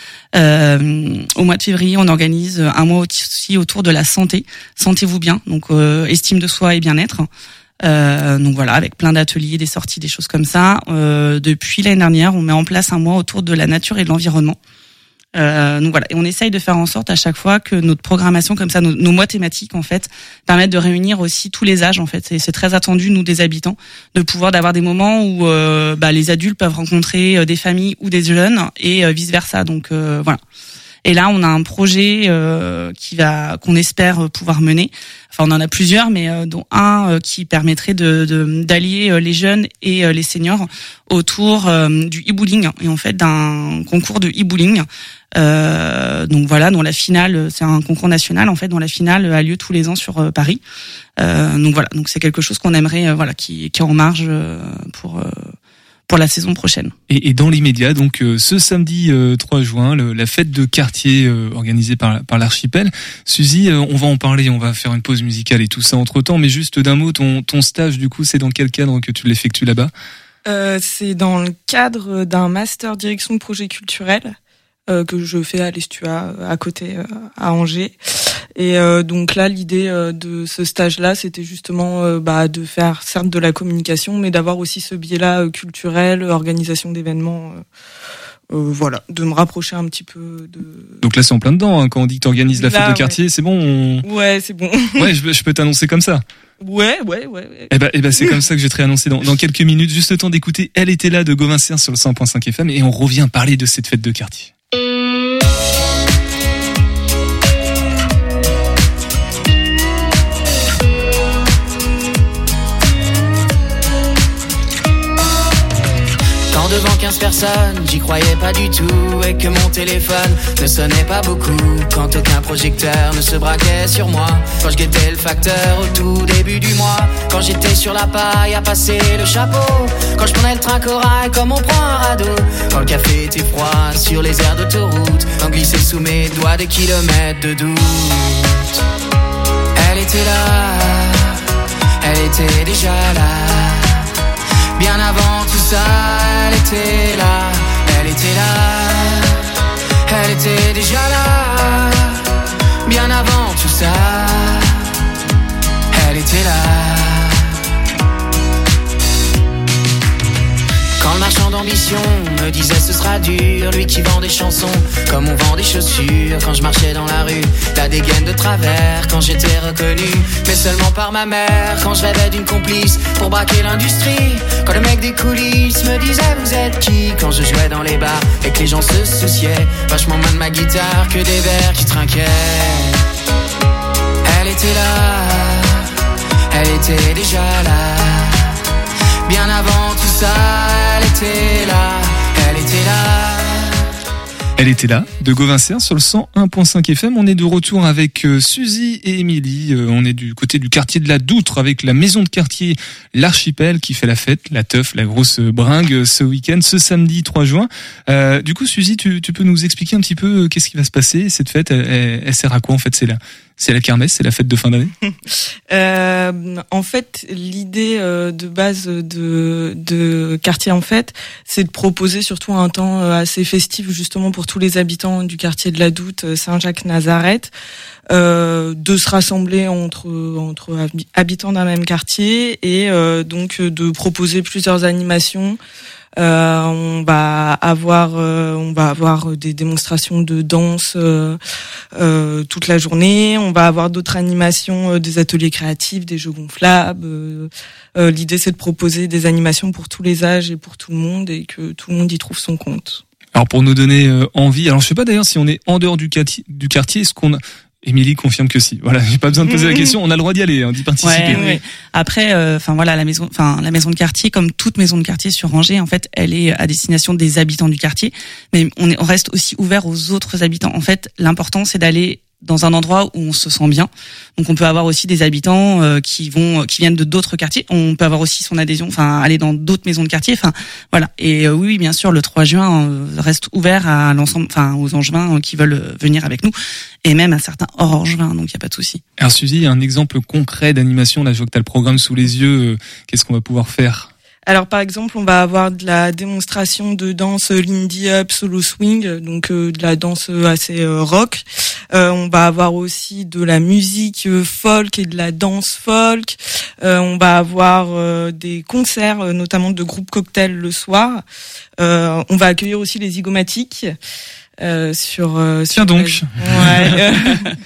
Euh, au mois de février, on organise un mois aussi autour de la santé. Sentez-vous bien, donc euh, estime de soi et bien-être. Euh, donc voilà, avec plein d'ateliers, des sorties, des choses comme ça. Euh, depuis l'année dernière, on met en place un mois autour de la nature et de l'environnement. Euh, donc voilà, et on essaye de faire en sorte à chaque fois que notre programmation comme ça, nos, nos mois thématiques en fait, permettent de réunir aussi tous les âges en fait. C'est, c'est très attendu nous des habitants de pouvoir d'avoir des moments où euh, bah, les adultes peuvent rencontrer euh, des familles ou des jeunes et euh, vice versa. Donc euh, voilà. Et là, on a un projet euh, qui va, qu'on espère pouvoir mener. Enfin, on en a plusieurs, mais euh, dont un euh, qui permettrait de, de d'allier euh, les jeunes et euh, les seniors autour euh, du e-bowling et en fait d'un concours de e-bowling. Euh, donc voilà, dont la finale, c'est un concours national en fait, dont la finale a lieu tous les ans sur euh, Paris. Euh, donc voilà, donc c'est quelque chose qu'on aimerait, euh, voilà, qui, qui est en marge euh, pour. Euh, pour la saison prochaine. Et, et dans l'immédiat, donc euh, ce samedi euh, trois juin, le, la fête de quartier euh, organisée par, par l'archipel. Suzy, euh, on va en parler, on va faire une pause musicale et tout ça entre-temps, mais juste d'un mot, ton, ton stage, du coup, c'est dans quel cadre que tu l'effectues là-bas ? euh, C'est dans le cadre d'un master direction de projet culturel euh, que je fais à l'Estua, à côté, euh, à Angers. Et euh, donc là, l'idée euh, de ce stage-là, c'était justement euh, bah, de faire certes de la communication, mais d'avoir aussi ce biais-là euh, culturel, organisation d'événements, euh, euh, voilà, de me rapprocher un petit peu de... Donc là, c'est en plein dedans, hein, quand on dit que t'organises la là, fête de quartier, ouais. C'est bon on... Ouais, c'est bon. Ouais, je, je peux t'annoncer comme ça. Ouais, ouais, ouais. ouais. Eh ben, eh ben, c'est comme ça que je vais te réannoncer dans, dans quelques minutes. Juste le temps d'écouter Elle était là de Gauvin sur le cent point cinq F M et on revient parler de cette fête de quartier. Devant quinze personnes, j'y croyais pas du tout et que mon téléphone ne sonnait pas beaucoup quand aucun projecteur ne se braquait sur moi. Quand je guettais le facteur au tout début du mois, quand j'ai sur la paille à passer le chapeau. Quand je prenais le train corail comme on prend un radeau. Quand le café était froid sur les aires d'autoroute. Quand glissait sous mes doigts des kilomètres de doute. Elle était là, elle était déjà là. Bien avant tout ça, elle était là, elle était là, elle était déjà là. Bien avant tout ça, elle était là. Quand le marchand d'ambition me disait ce sera dur, lui qui vend des chansons comme on vend des chaussures. Quand je marchais dans la rue, la dégaine de travers, quand j'étais reconnu, mais seulement par ma mère. Quand je rêvais d'une complice pour braquer l'industrie. Quand le mec des coulisses me disait vous êtes qui. Quand je jouais dans les bars et que les gens se souciaient vachement moins de ma guitare que des vers qui trinquaient. Elle était là, elle était déjà là. Bien avant tout ça, elle était là, elle était là. Elle était là, de Gauvincer sur le cent un virgule cinq F M. On est de retour avec euh, Suzy et Émilie. Euh, on est du côté du quartier de la Doutre avec la maison de quartier L'Archipel qui fait la fête, la teuf, la grosse bringue euh, ce week-end, ce samedi trois juin. Euh, du coup, Suzy, tu, tu peux nous expliquer un petit peu euh, qu'est-ce qui va se passer? Cette fête, elle, elle, elle sert à quoi en fait? C'est la, c'est la kermesse, c'est la fête de fin d'année? euh, En fait, l'idée euh, de base de, de quartier en fait, c'est de proposer surtout un temps euh, assez festif justement pour tous les habitants du quartier de la Doutre, Saint-Jacques-Nazareth, euh, de se rassembler entre entre habitants d'un même quartier et euh, donc de proposer plusieurs animations. Euh, on va avoir euh, on va avoir des démonstrations de danse euh, euh, toute la journée. On va avoir d'autres animations, euh, des ateliers créatifs, des jeux gonflables. Euh, euh, l'idée c'est de proposer des animations pour tous les âges et pour tout le monde et que tout le monde y trouve son compte. Alors pour nous donner euh, envie, alors je sais pas d'ailleurs si on est en dehors du quartier, du quartier, est-ce qu'on a... Émilie confirme que si. Voilà, j'ai pas besoin de poser la question. On a le droit d'y aller, hein, d'y participer. Ouais, ouais. Après, enfin euh, voilà, la maison, enfin la maison de quartier, comme toute maison de quartier sur Angers, en fait, elle est à destination des habitants du quartier, mais on, est, on reste aussi ouvert aux autres habitants. En fait, l'important c'est d'aller dans un endroit où on se sent bien. Donc on peut avoir aussi des habitants euh, qui vont qui viennent de d'autres quartiers. On peut avoir aussi son adhésion, enfin aller dans d'autres maisons de quartier. Enfin voilà. Et euh, oui, bien sûr, le trois juin euh, reste ouvert à l'ensemble, enfin aux Angevins euh, qui veulent venir avec nous, et même à certains hors Angevins. Donc il y a pas de souci. Alors Suzy, un exemple concret d'animation. Là, je vois que t'as le programme sous les yeux. Euh, qu'est-ce qu'on va pouvoir faire? Alors par exemple, on va avoir de la démonstration de danse Lindy Hop, solo swing, donc euh, de la danse assez euh, rock. Euh, on va avoir aussi de la musique euh, folk et de la danse folk. Euh, on va avoir euh, des concerts, euh, notamment de groupes cocktails le soir. Euh, on va accueillir aussi les zygomatiques euh, sur. Euh, Tiens sur donc. La... Ouais.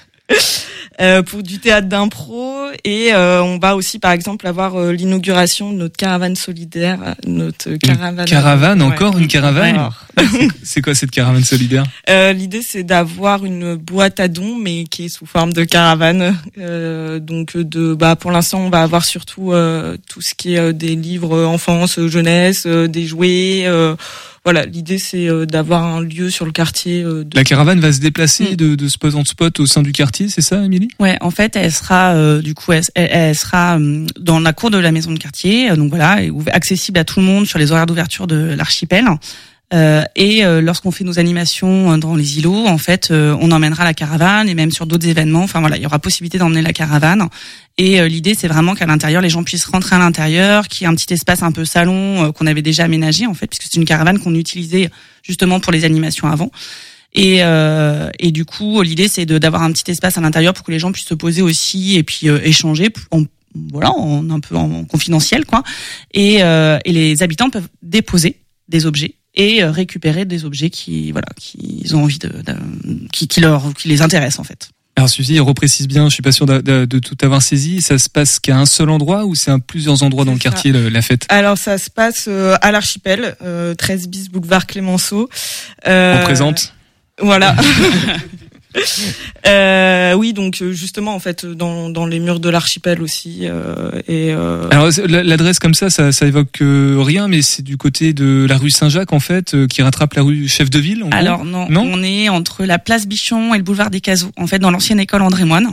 Euh, pour du théâtre d'impro et euh, on va aussi par exemple avoir euh, l'inauguration de notre caravane solidaire, notre caravane. Une caravane, ouais. Encore une caravane. Ouais. C'est quoi cette caravane solidaire? euh, L'idée c'est d'avoir une boîte à dons mais qui est sous forme de caravane. Euh, donc de bah pour l'instant on va avoir surtout euh, tout ce qui est euh, des livres enfance, jeunesse, euh, des jouets. Euh, Voilà, l'idée c'est euh, d'avoir un lieu sur le quartier. Euh, de... La caravane va se déplacer mmh. de, de spot en spot au sein du quartier, c'est ça, Émilie? Ouais, en fait, elle sera euh, du coup, elle, elle sera euh, dans la cour de la maison de quartier, euh, donc voilà, et accessible à tout le monde sur les horaires d'ouverture de l'Archipel. Euh, et euh, lorsqu'on fait nos animations dans les îlots, en fait, euh, on emmènera la caravane et même sur d'autres événements. Enfin voilà, il y aura possibilité d'emmener la caravane. Et euh, l'idée, c'est vraiment qu'à l'intérieur, les gens puissent rentrer à l'intérieur, qu'il y ait un petit espace un peu salon euh, qu'on avait déjà aménagé en fait, puisque c'est une caravane qu'on utilisait justement pour les animations avant. Et, euh, et du coup, l'idée, c'est de, d'avoir un petit espace à l'intérieur pour que les gens puissent se poser aussi et puis euh, échanger. En, voilà, en un peu en confidentiel quoi. Et, euh, et les habitants peuvent déposer des objets et récupérer des objets qui voilà qu'ils ont envie de, de qui, qui leur qui les intéressent en fait. Alors Suzy, reprécise bien, je suis pas sûr de, de, de tout avoir saisi, ça se passe qu'à un seul endroit ou c'est à plusieurs endroits dans le ça. quartier le, la fête? Alors ça se passe euh, à l'Archipel, euh, treize bis boulevard Clémenceau. Euh, On présente. Voilà. euh, oui, donc justement, en fait, dans, dans les murs de l'archipel aussi. Euh, et euh... Alors l'adresse comme ça, ça, ça évoque euh, rien, mais c'est du côté de la rue Saint-Jacques en fait, euh, qui rattrape la rue Chef de Ville. En Alors gros. non, non, on est entre la place Bichon et le boulevard des Cazots, en fait, dans l'ancienne école André Moine.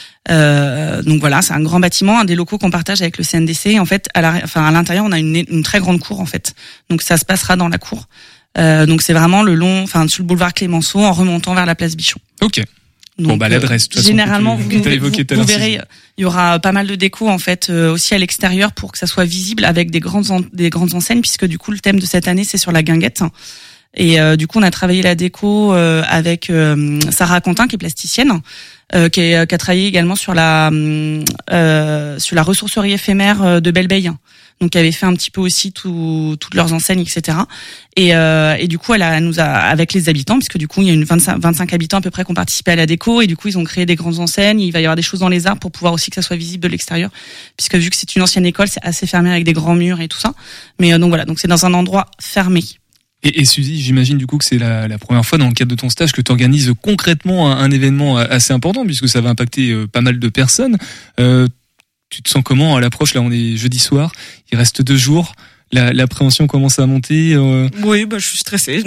Euh, donc voilà, c'est un grand bâtiment, un des locaux qu'on partage avec le C N D C. En fait, à la, enfin à l'intérieur, on a une, une très grande cour en fait. Donc ça se passera dans la cour. Euh, donc c'est vraiment le long, enfin sur le boulevard Clémenceau en remontant vers la place Bichon. Ok. Donc, bon bah l'adresse. Euh, généralement, que tu, vous, que vous, vous, vous verrez, il y aura pas mal de déco en fait euh, aussi à l'extérieur pour que ça soit visible avec des grandes en, des grandes enseignes, puisque du coup le thème de cette année c'est sur la guinguette. Et euh, du coup on a travaillé la déco euh, avec euh, Sarah Contin qui est plasticienne, euh, qui, est, qui a travaillé également sur la euh, sur la ressourcerie éphémère de Belle-Beille. Donc, qui avait fait un petit peu aussi tout, toutes leurs enseignes, et cetera. Et, euh, et du coup, elle, a, elle nous a, avec les habitants, puisque du coup, il y a une vingt-cinq, vingt-cinq habitants à peu près qui ont participé à la déco, et du coup, ils ont créé des grandes enseignes. Il va y avoir des choses dans les arbres pour pouvoir aussi que ça soit visible de l'extérieur, puisque vu que c'est une ancienne école, c'est assez fermé avec des grands murs et tout ça. Mais euh, donc voilà, donc c'est dans un endroit fermé. Et, et Suzy, j'imagine du coup que c'est la, la première fois dans le cadre de ton stage que tu organises concrètement un, un événement assez important, puisque ça va impacter euh, pas mal de personnes. Euh, Tu te sens comment à l'approche? Là, on est jeudi soir. Il reste deux jours. La, l'appréhension commence à monter. Euh... Oui, bah, je suis stressée.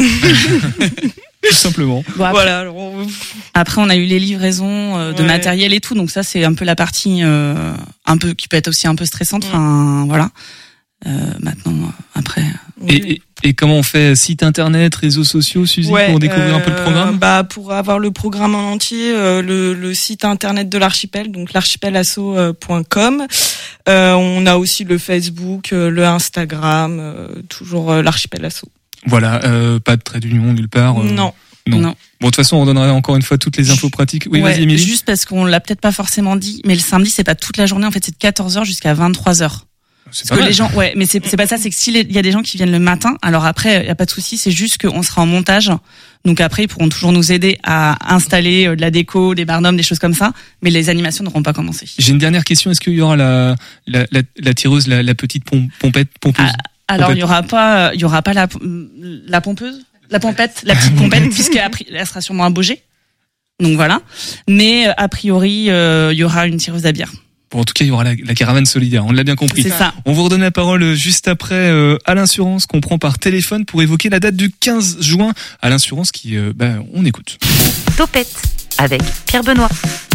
Tout simplement. Bon, après, voilà. Alors, on... après, on a eu les livraisons euh, de ouais. matériel et tout. Donc ça, c'est un peu la partie euh, un peu qui peut être aussi un peu stressante. Enfin, ouais. voilà. Euh, maintenant, après. Et, et, et comment on fait? Site internet, réseaux sociaux, Suzy, ouais, pour découvrir euh, un peu le programme? Bah, pour avoir le programme en entier, euh, le, le site internet de l'archipel, donc l'archipelasso point com. Euh, on a aussi le Facebook, euh, le Instagram, euh, toujours euh, l'archipelasso. Voilà, euh, pas de trait d'union nulle part. Euh, non. non. Non. Bon, de toute façon, on donnera encore une fois toutes les infos pratiques. Oui, ouais, vas-y, Émilie. Juste parce qu'on l'a peut-être pas forcément dit, mais le samedi, c'est pas toute la journée. En fait, c'est de quatorze heures jusqu'à vingt-trois heures. C'est Parce pas que mal. les gens, ouais, mais c'est c'est pas ça. C'est que s'il y a des gens qui viennent le matin, alors après, il y a pas de souci. C'est juste qu'on sera en montage. Donc après, ils pourront toujours nous aider à installer de la déco, des barnums, des choses comme ça. Mais les animations n'auront pas commencé. J'ai une dernière question. Est-ce qu'il y aura la la, la, la tireuse, la, la petite pom, pompette, pompeuse? Ah, alors il y aura pas, il y aura pas la la pompeuse, la pompette, la petite pompette, puisqu'elle sera sûrement à Beaugé. Donc voilà. Mais a priori, euh, il y aura une tireuse à bière. Bon, en tout cas, il y aura la, la caravane solidaire. On l'a bien compris. C'est ça. On vous redonne la parole juste après euh, à l'assurance qu'on prend par téléphone pour évoquer la date du quinze juin. À l'assurance qui, euh, bah, on écoute. Topette avec Pierre Benoît.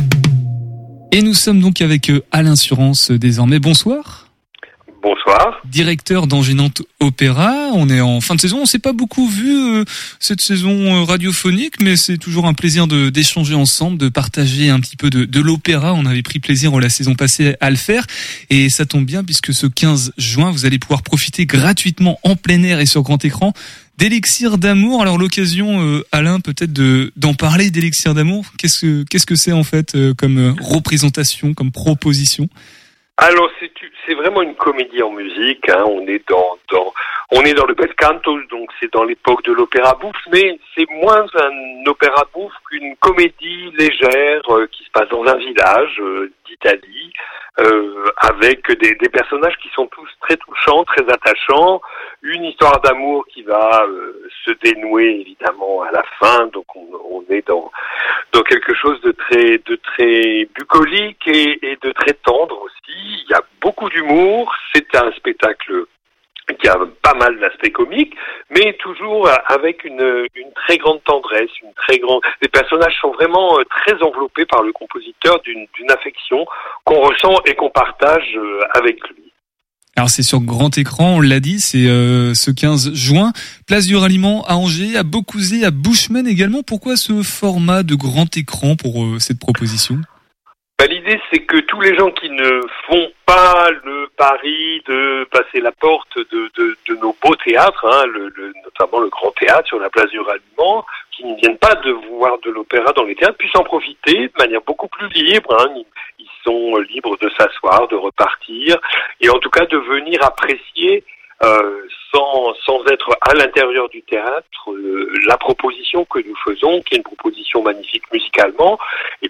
Et nous sommes donc avec euh, Alain Assurance euh, désormais. Bonsoir. Bonsoir. Directeur d'Angers Nantes Opéra. On est en fin de saison. On s'est pas beaucoup vu euh, cette saison euh, radiophonique, mais c'est toujours un plaisir de d'échanger ensemble, de partager un petit peu de, de l'opéra. On avait pris plaisir la saison passée à le faire, et ça tombe bien puisque ce quinze juin, vous allez pouvoir profiter gratuitement en plein air et sur grand écran d'Élixir d'amour. Alors l'occasion, euh, Alain, peut-être de d'en parler d'Élixir d'amour. Qu'est-ce que qu'est-ce que c'est en fait euh, comme euh, représentation, comme proposition? Alors c'est c'est vraiment une comédie en musique. Hein. On est dans dans on est dans le bel canto, donc c'est dans l'époque de l'opéra bouffe, mais c'est moins un opéra bouffe qu'une comédie légère euh, qui se passe dans un village euh, d'Italie, euh, avec des, des personnages qui sont tous très touchants, très attachants. Une histoire d'amour qui va euh, se dénouer évidemment à la fin, donc on, on est dans dans quelque chose de très de très bucolique et, et de très tendre aussi. Il y a beaucoup d'humour. C'est un spectacle qui a pas mal d'aspects comiques, mais toujours avec une une très grande tendresse, une très grande. Les personnages sont vraiment très enveloppés par le compositeur d'une d'une affection qu'on ressent et qu'on partage avec lui. Alors c'est sur grand écran, on l'a dit, c'est euh, ce quinze juin, place du Ralliement à Angers, à Beaucouzé, à Bushman également. Pourquoi ce format de grand écran pour euh, cette proposition? Bah, l'idée, c'est que tous les gens qui ne font pas le pari de passer la porte de, de, de nos beaux théâtres, hein, le, le, notamment le Grand Théâtre sur la place du Ralliement, qui ne viennent pas de voir de l'opéra dans les théâtres, puissent en profiter de manière beaucoup plus libre. Hein. Ils, ils sont libres de s'asseoir, de repartir, et en tout cas de venir apprécier Euh, sans sans être à l'intérieur du théâtre, euh, la proposition que nous faisons, qui est une proposition magnifique musicalement, et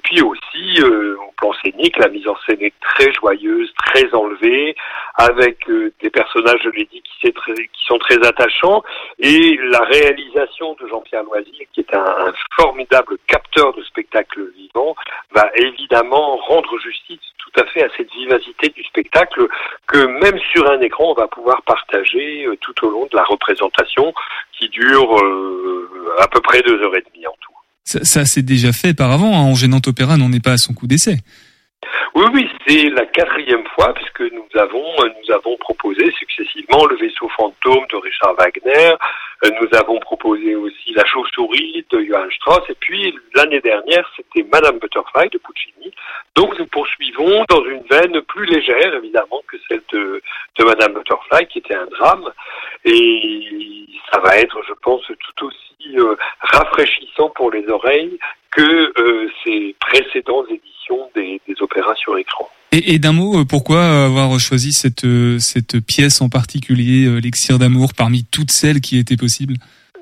puis aussi, euh, au plan scénique, la mise en scène est très joyeuse, très enlevée, avec euh, des personnages, je l'ai dit, qui, c'est très, qui sont très attachants, et la réalisation de Jean-Pierre Loisy, qui est un, un formidable capteur de spectacle vivant, va évidemment rendre justice tout à fait à cette vivacité du spectacle que même sur un écran, on va pouvoir partager euh, tout au long de la représentation qui dure euh, à peu près deux heures et demie en tout. Ça, ça s'est déjà fait par avant, hein. Angers-Nantes Opéra n'en est pas à son coup d'essai. Oui, oui, c'est la quatrième fois puisque nous avons nous avons proposé successivement le Vaisseau fantôme de Richard Wagner, nous avons proposé aussi la Chauve-souris de Johann Strauss, et puis l'année dernière c'était Madame Butterfly de Puccini. Donc nous poursuivons dans une veine plus légère évidemment que celle de de Madame Butterfly qui était un drame, et ça va être, je pense, tout aussi euh, rafraîchissant pour les oreilles que euh, ces précédentes éditions des, des opéras sur écran. Et, et d'un mot, pourquoi avoir choisi cette, cette pièce en particulier, L'Élixir d'amour, parmi toutes celles qui étaient possibles ?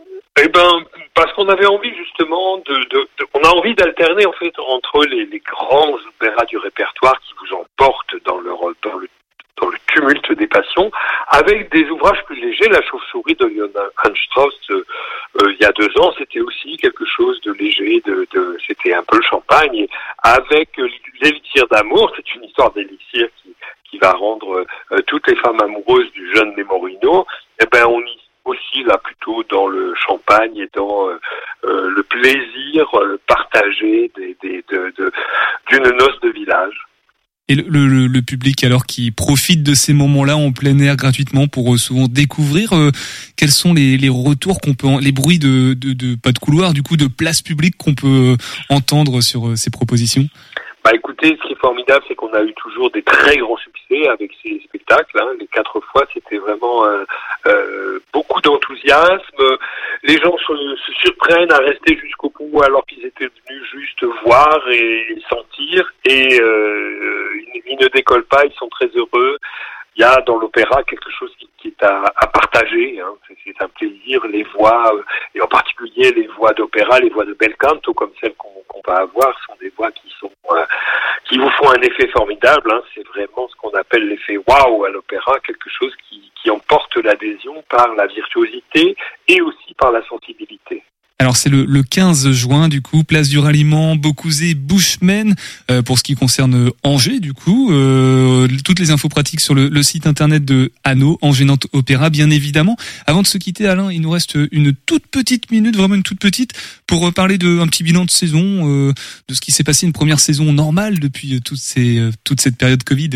Eh ben, parce qu'on avait envie justement de, de, de on a envie d'alterner en fait entre les, les grands opéras du répertoire qui vous emportent dans leur dans le dans le tumulte des passions, avec des ouvrages plus légers. La Chauve-souris de Johann Strauss, euh, euh, il y a deux ans, c'était aussi quelque chose de léger, de, de c'était un peu le champagne. Et avec euh, l'Élixir d'amour, c'est une histoire d'élixir qui, qui va rendre euh, toutes les femmes amoureuses du jeune Nemorino. Eh ben, on y aussi là plutôt dans le champagne et dans euh, euh, le plaisir euh, partagé des, des, de, de, d'une noce de village. Et le, le, le public alors qui profite de ces moments-là en plein air gratuitement pour euh, souvent découvrir euh, quels sont les, les retours qu'on peut, les bruits de, de, de pas de couloir, du coup de place publique qu'on peut euh, entendre sur euh, ces propositions. Bah écoutez, ce qui est formidable, c'est qu'on a eu toujours des très grands succès avec ces spectacles. Hein. Les quatre fois, c'était vraiment euh, euh, beaucoup d'enthousiasme. Les gens se, se surprennent à rester jusqu'au bout alors qu'ils étaient venus juste voir et sentir. Et euh, ils, ils ne décollent pas, ils sont très heureux. Il y a dans l'opéra quelque chose qui, qui est à, à partager. Hein. C'est, c'est un plaisir. Les voix, euh, et en particulier les voix d'opéra, les voix de bel canto comme celles qu'on, qu'on va avoir, sont des voix qui sont euh, qui vous font un effet formidable. Hein. C'est vraiment ce qu'on appelle l'effet waouh à l'opéra, quelque chose qui, qui emporte l'adhésion par la virtuosité et aussi par la sensibilité. Alors c'est le, le quinze juin du coup, place du Ralliement, Beaucouzé, Bushman, euh, pour ce qui concerne Angers du coup. Euh, toutes les infos pratiques sur le, le site internet de Anneau, Angers-Nantes Opéra bien évidemment. Avant de se quitter Alain, il nous reste une toute petite minute, vraiment une toute petite, pour parler de un petit bilan de saison, euh, de ce qui s'est passé une première saison normale depuis toute, ces, toute cette période Covid.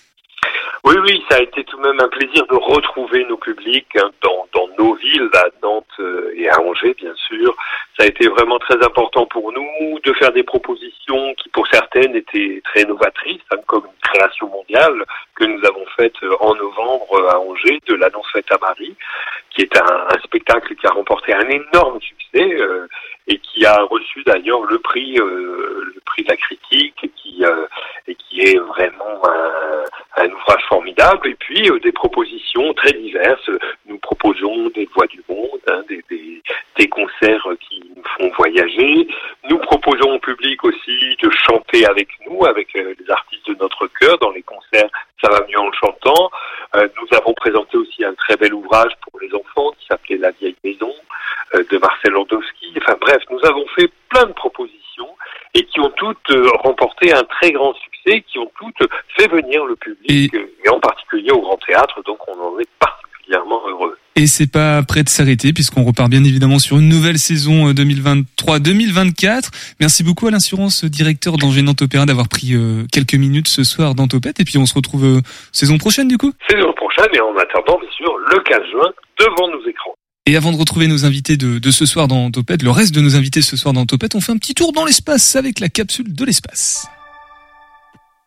Oui, oui, ça a été tout de même un plaisir de retrouver nos publics hein, dans, dans nos villes, à Nantes et à Angers, bien sûr. Ça a été vraiment très important pour nous de faire des propositions qui, pour certaines, étaient très novatrices, hein, comme une création mondiale que nous avons faite en novembre à Angers, de l'Annonce faite à Marie, qui est un, un spectacle qui a remporté un énorme succès euh, et qui a reçu d'ailleurs le prix, euh, le prix de la critique, et qui, euh, et qui est vraiment un, un ouvrage formidable. Et puis euh, des propositions très diverses. Nous proposons des voix du monde, hein, des, des, des concerts qui nous font voyager. Nous proposons au public aussi de chanter avec nous, avec euh, les artistes de notre cœur dans les concerts. Ça va mieux en le chantant. Euh, nous avons présenté aussi un très bel ouvrage pour les enfants qui s'appelait La vieille maison euh, de Marcel Landowski. Enfin bref, nous avons fait plein de propositions et qui ont toutes euh, remporté un très grand succès, qui ont toutes fait venir le public, et, euh, et en particulier au Grand Théâtre, donc on en est particulièrement heureux. Et c'est pas prêt de s'arrêter puisqu'on repart bien évidemment sur une nouvelle saison deux mille vingt-trois deux mille vingt-quatre. Merci beaucoup Alain Surance, directeur d'Angers-Nantes Opéra, d'avoir pris euh, quelques minutes ce soir dans Topette, et puis on se retrouve euh, saison prochaine du coup. Saison prochaine, et en attendant bien sûr le quinze juin devant nos écrans. Et avant de retrouver nos invités de, de ce soir dans Topette, le reste de nos invités ce soir dans Topette, on fait un petit tour dans l'espace avec la capsule de l'espace.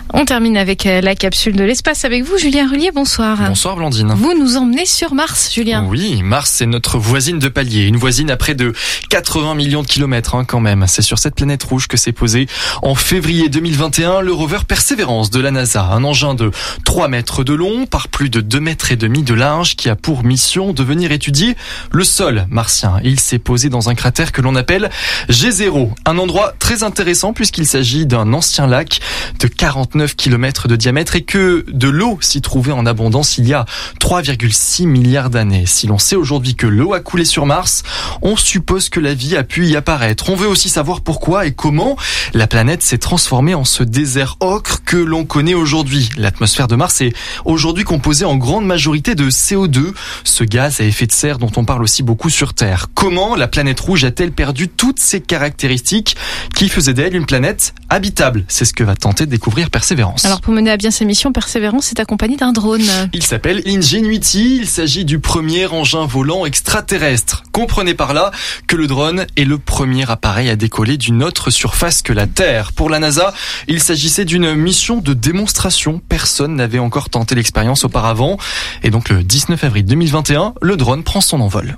On termine avec la capsule de l'espace avec vous, Julien Rullier, bonsoir. Bonsoir Blandine. Vous nous emmenez sur Mars, Julien. Oui, Mars c'est notre voisine de palier, une voisine à près de quatre-vingts millions de kilomètres hein, quand même. C'est sur cette planète rouge que s'est posé en février deux mille vingt et un le rover Perseverance de la NASA, un engin de trois mètres de long par plus de deux mètres et demi de large qui a pour mission de venir étudier le sol martien. Il s'est posé dans un cratère que l'on appelle G zéro, un endroit très intéressant puisqu'il s'agit d'un ancien lac de quarante-neuf kilomètres de diamètre et que de l'eau s'y trouvait en abondance il y a trois virgule six milliards d'années. Si l'on sait aujourd'hui que l'eau a coulé sur Mars, on suppose que la vie a pu y apparaître. On veut aussi savoir pourquoi et comment la planète s'est transformée en ce désert ocre que l'on connaît aujourd'hui. L'atmosphère de Mars est aujourd'hui composée en grande majorité de C O deux, ce gaz à effet de serre dont on parle aussi beaucoup sur Terre. Comment la planète rouge a-t-elle perdu toutes ses caractéristiques qui faisaient d'elle une planète habitable? C'est ce que va tenter de découvrir Perseverance. Alors pour mener à bien sa mission, Perseverance est accompagné d'un drone. Il s'appelle Ingenuity, il s'agit du premier engin volant extraterrestre. Comprenez par là que le drone est le premier appareil à décoller d'une autre surface que la Terre. Pour la NASA, il s'agissait d'une mission de démonstration. Personne n'avait encore tenté l'expérience auparavant. Et donc le dix-neuf avril deux mille vingt et un, le drone prend son envol.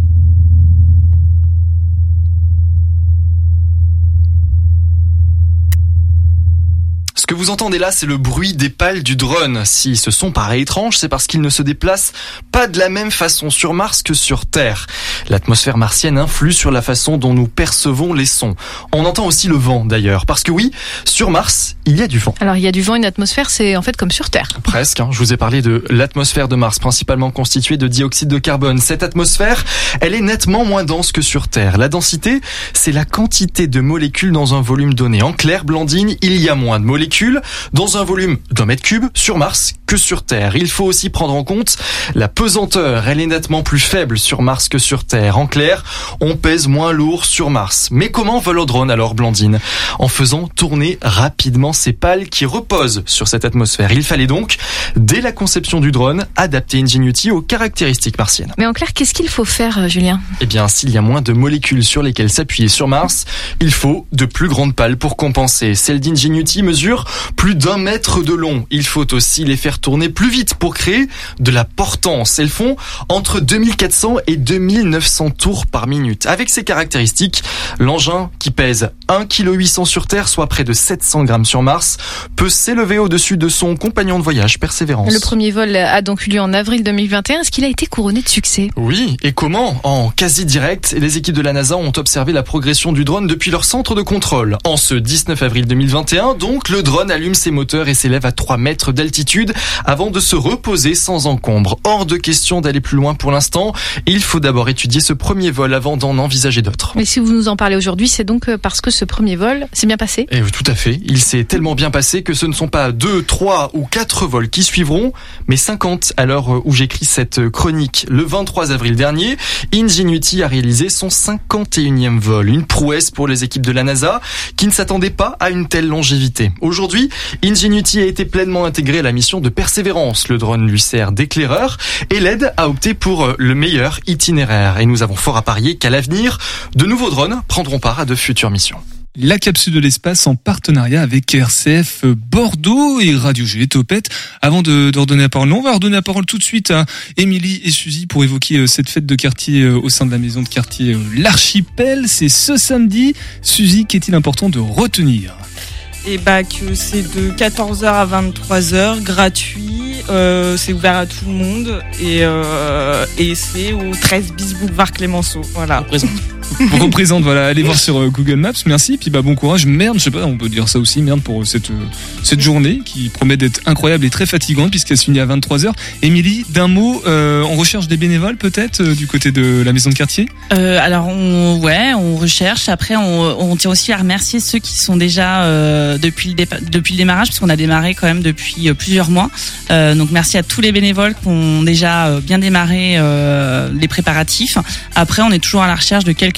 Ce que vous entendez là, c'est le bruit des pales du drone. Si ce son paraît étrange, c'est parce qu'il ne se déplace pas de la même façon sur Mars que sur Terre. L'atmosphère martienne influe sur la façon dont nous percevons les sons. On entend aussi le vent d'ailleurs, parce que oui, sur Mars, il y a du vent. Alors il y a du vent, une atmosphère, c'est en fait comme sur Terre. Presque, hein. Je vous ai parlé de l'atmosphère de Mars, principalement constituée de dioxyde de carbone. Cette atmosphère, elle est nettement moins dense que sur Terre. La densité, c'est la quantité de molécules dans un volume donné. En clair, Blandine, il y a moins de molécules dans un volume d'un mètre cube sur Mars que sur Terre. Il faut aussi prendre en compte la pesanteur. Elle est nettement plus faible sur Mars que sur Terre. En clair, on pèse moins lourd sur Mars. Mais comment vole le drone alors, Blandine? En faisant tourner rapidement ces pales qui reposent sur cette atmosphère. Il fallait donc, dès la conception du drone, adapter Ingenuity aux caractéristiques martiennes. Mais en clair, qu'est-ce qu'il faut faire, Julien? Eh bien, s'il y a moins de molécules sur lesquelles s'appuyer sur Mars, il faut de plus grandes pales pour compenser. Celle d'Ingenuity mesure plus d'un mètre de long. Il faut aussi les faire tourner plus vite pour créer de la portance. Elles font entre deux mille quatre cents et deux mille neuf cents tours par minute. Avec ces caractéristiques, l'engin qui pèse un virgule huit kilos sur Terre, soit près de sept cents grammes sur Mars, peut s'élever au-dessus de son compagnon de voyage, Perseverance. Le premier vol a donc eu lieu en avril deux mille vingt et un. Est-ce qu'il a été couronné de succès? Oui, et comment? En quasi direct, les équipes de la NASA ont observé la progression du drone depuis leur centre de contrôle. En ce dix-neuf avril deux mille vingt et un, donc, le drone allume ses moteurs et s'élève à trois mètres d'altitude avant de se reposer sans encombre. Hors de question d'aller plus loin pour l'instant. Il faut d'abord étudier ce premier vol avant d'en envisager d'autres. Et si vous nous en parlez aujourd'hui, c'est donc parce que ce premier vol s'est bien passé? Et tout à fait. Il s'est tellement bien passé que ce ne sont pas deux, trois ou quatre vols qui suivront, mais cinquante à l'heure où j'écris cette chronique. Le vingt-trois avril dernier, Ingenuity a réalisé son cinquante et unième vol. Une prouesse pour les équipes de la NASA qui ne s'attendaient pas à une telle longévité. Aujourd'hui, Ingenuity a été pleinement intégré à la mission de Perseverance. Le drone lui sert d'éclaireur et l'aide à opter pour le meilleur itinéraire. Et nous avons fort à parier qu'à l'avenir, de nouveaux drones prendront part à de futures missions. La capsule de l'espace en partenariat avec R C F Bordeaux et Radio G Topette. Avant de, de redonner la parole, on va redonner la parole tout de suite à Émilie et Suzy pour évoquer cette fête de quartier au sein de la maison de quartier L'Archipel. C'est ce samedi. Suzy, qu'est-il important de retenir? Et bah que c'est de quatorze heures à vingt-trois heures, gratuit, euh, c'est ouvert à tout le monde et, euh, et c'est au treize bis boulevard Clémenceau. Voilà. Représente. Représente, voilà, allez voir sur Google Maps, merci, puis bah bon courage, merde, je sais pas, on peut dire ça aussi, merde pour cette, cette journée qui promet d'être incroyable et très fatigante puisqu'elle se finit à vingt-trois heures. Émilie, d'un mot, euh, on recherche des bénévoles peut-être euh, du côté de la maison de quartier? euh, Alors on, ouais, on recherche, après on, on tient aussi à remercier ceux qui sont déjà euh, depuis, le dépa- depuis le démarrage puisqu'on a démarré quand même depuis euh, plusieurs mois, euh, donc merci à tous les bénévoles qui ont déjà euh, bien démarré euh, les préparatifs. Après on est toujours à la recherche de quelques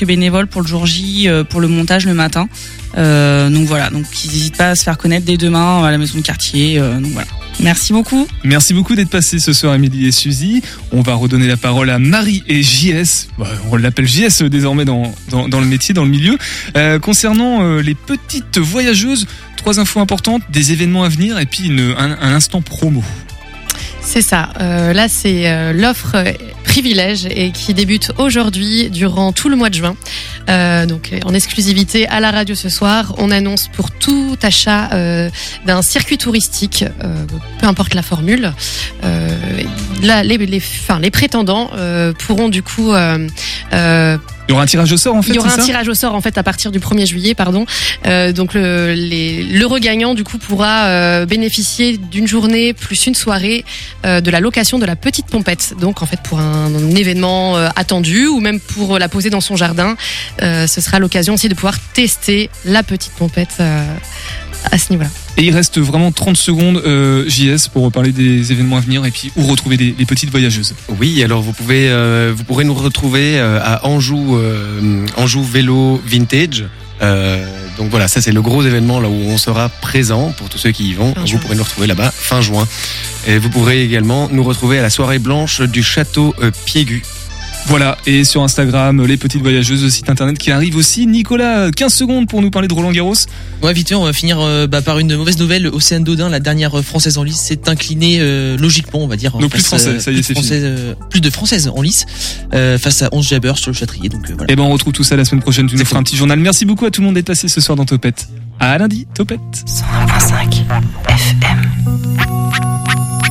bénévoles pour le jour J, euh, pour le montage le matin. Euh, donc voilà, donc ils n'hésitent pas à se faire connaître dès demain à la maison de quartier. Euh, donc voilà. Merci beaucoup. Merci beaucoup d'être passé ce soir, Émilie et Suzy. On va redonner la parole à Marie et J S. Bah, on l'appelle J S désormais dans, dans, dans le métier, dans le milieu. Euh, concernant euh, les petites voyageuses, trois infos importantes, des événements à venir et puis une, un, un instant promo. C'est ça. Euh, là, c'est euh, l'offre privilège et qui débute aujourd'hui durant tout le mois de juin. Euh, donc, en exclusivité à la radio ce soir, on annonce pour tout achat euh, d'un circuit touristique, euh, peu importe la formule, euh, là, les, les, enfin, les prétendants euh, pourront du coup euh, euh, il y aura un tirage au sort en fait. Il y aura c'est un ça tirage au sort en fait à partir du premier juillet, pardon. Euh, donc le, les, le regagnant du coup pourra euh, bénéficier d'une journée plus une soirée euh, de la location de la petite pompette. Donc en fait pour un, un événement euh, attendu ou même pour la poser dans son jardin, euh, ce sera l'occasion aussi de pouvoir tester la petite pompette euh, à ce niveau-là. Et il reste vraiment trente secondes, euh, J S, pour parler des événements à venir et puis où retrouver les, les petites voyageuses. Oui, alors vous pouvez, euh, vous pourrez nous retrouver euh, à Anjou, euh, Anjou Vélo Vintage. Euh, donc voilà, ça c'est le gros événement là où on sera présent pour tous ceux qui y vont. Fin vous juin. Pourrez nous retrouver là-bas fin juin. Et vous pourrez également nous retrouver à la soirée blanche du château euh, Piégu. Voilà, et sur Instagram, les petites voyageuses, le site internet qui arrive aussi. Nicolas, quinze secondes pour nous parler de Roland Garros. Ouais, vite fait, on va finir euh, bah, par une mauvaise nouvelle. Océane Dodin, la dernière française en lice, s'est inclinée euh, logiquement, on va dire. Donc plus de françaises, ça y est, c'est fini. Euh, plus de françaises en lice euh, face à onze Jabber sur le Châtrier. Donc euh, voilà. Et ben on retrouve tout ça la semaine prochaine. Tu nous feras un petit journal. Merci beaucoup à tout le monde d'être passé ce soir dans Topette. À lundi, Topette. cent un virgule cinq F M.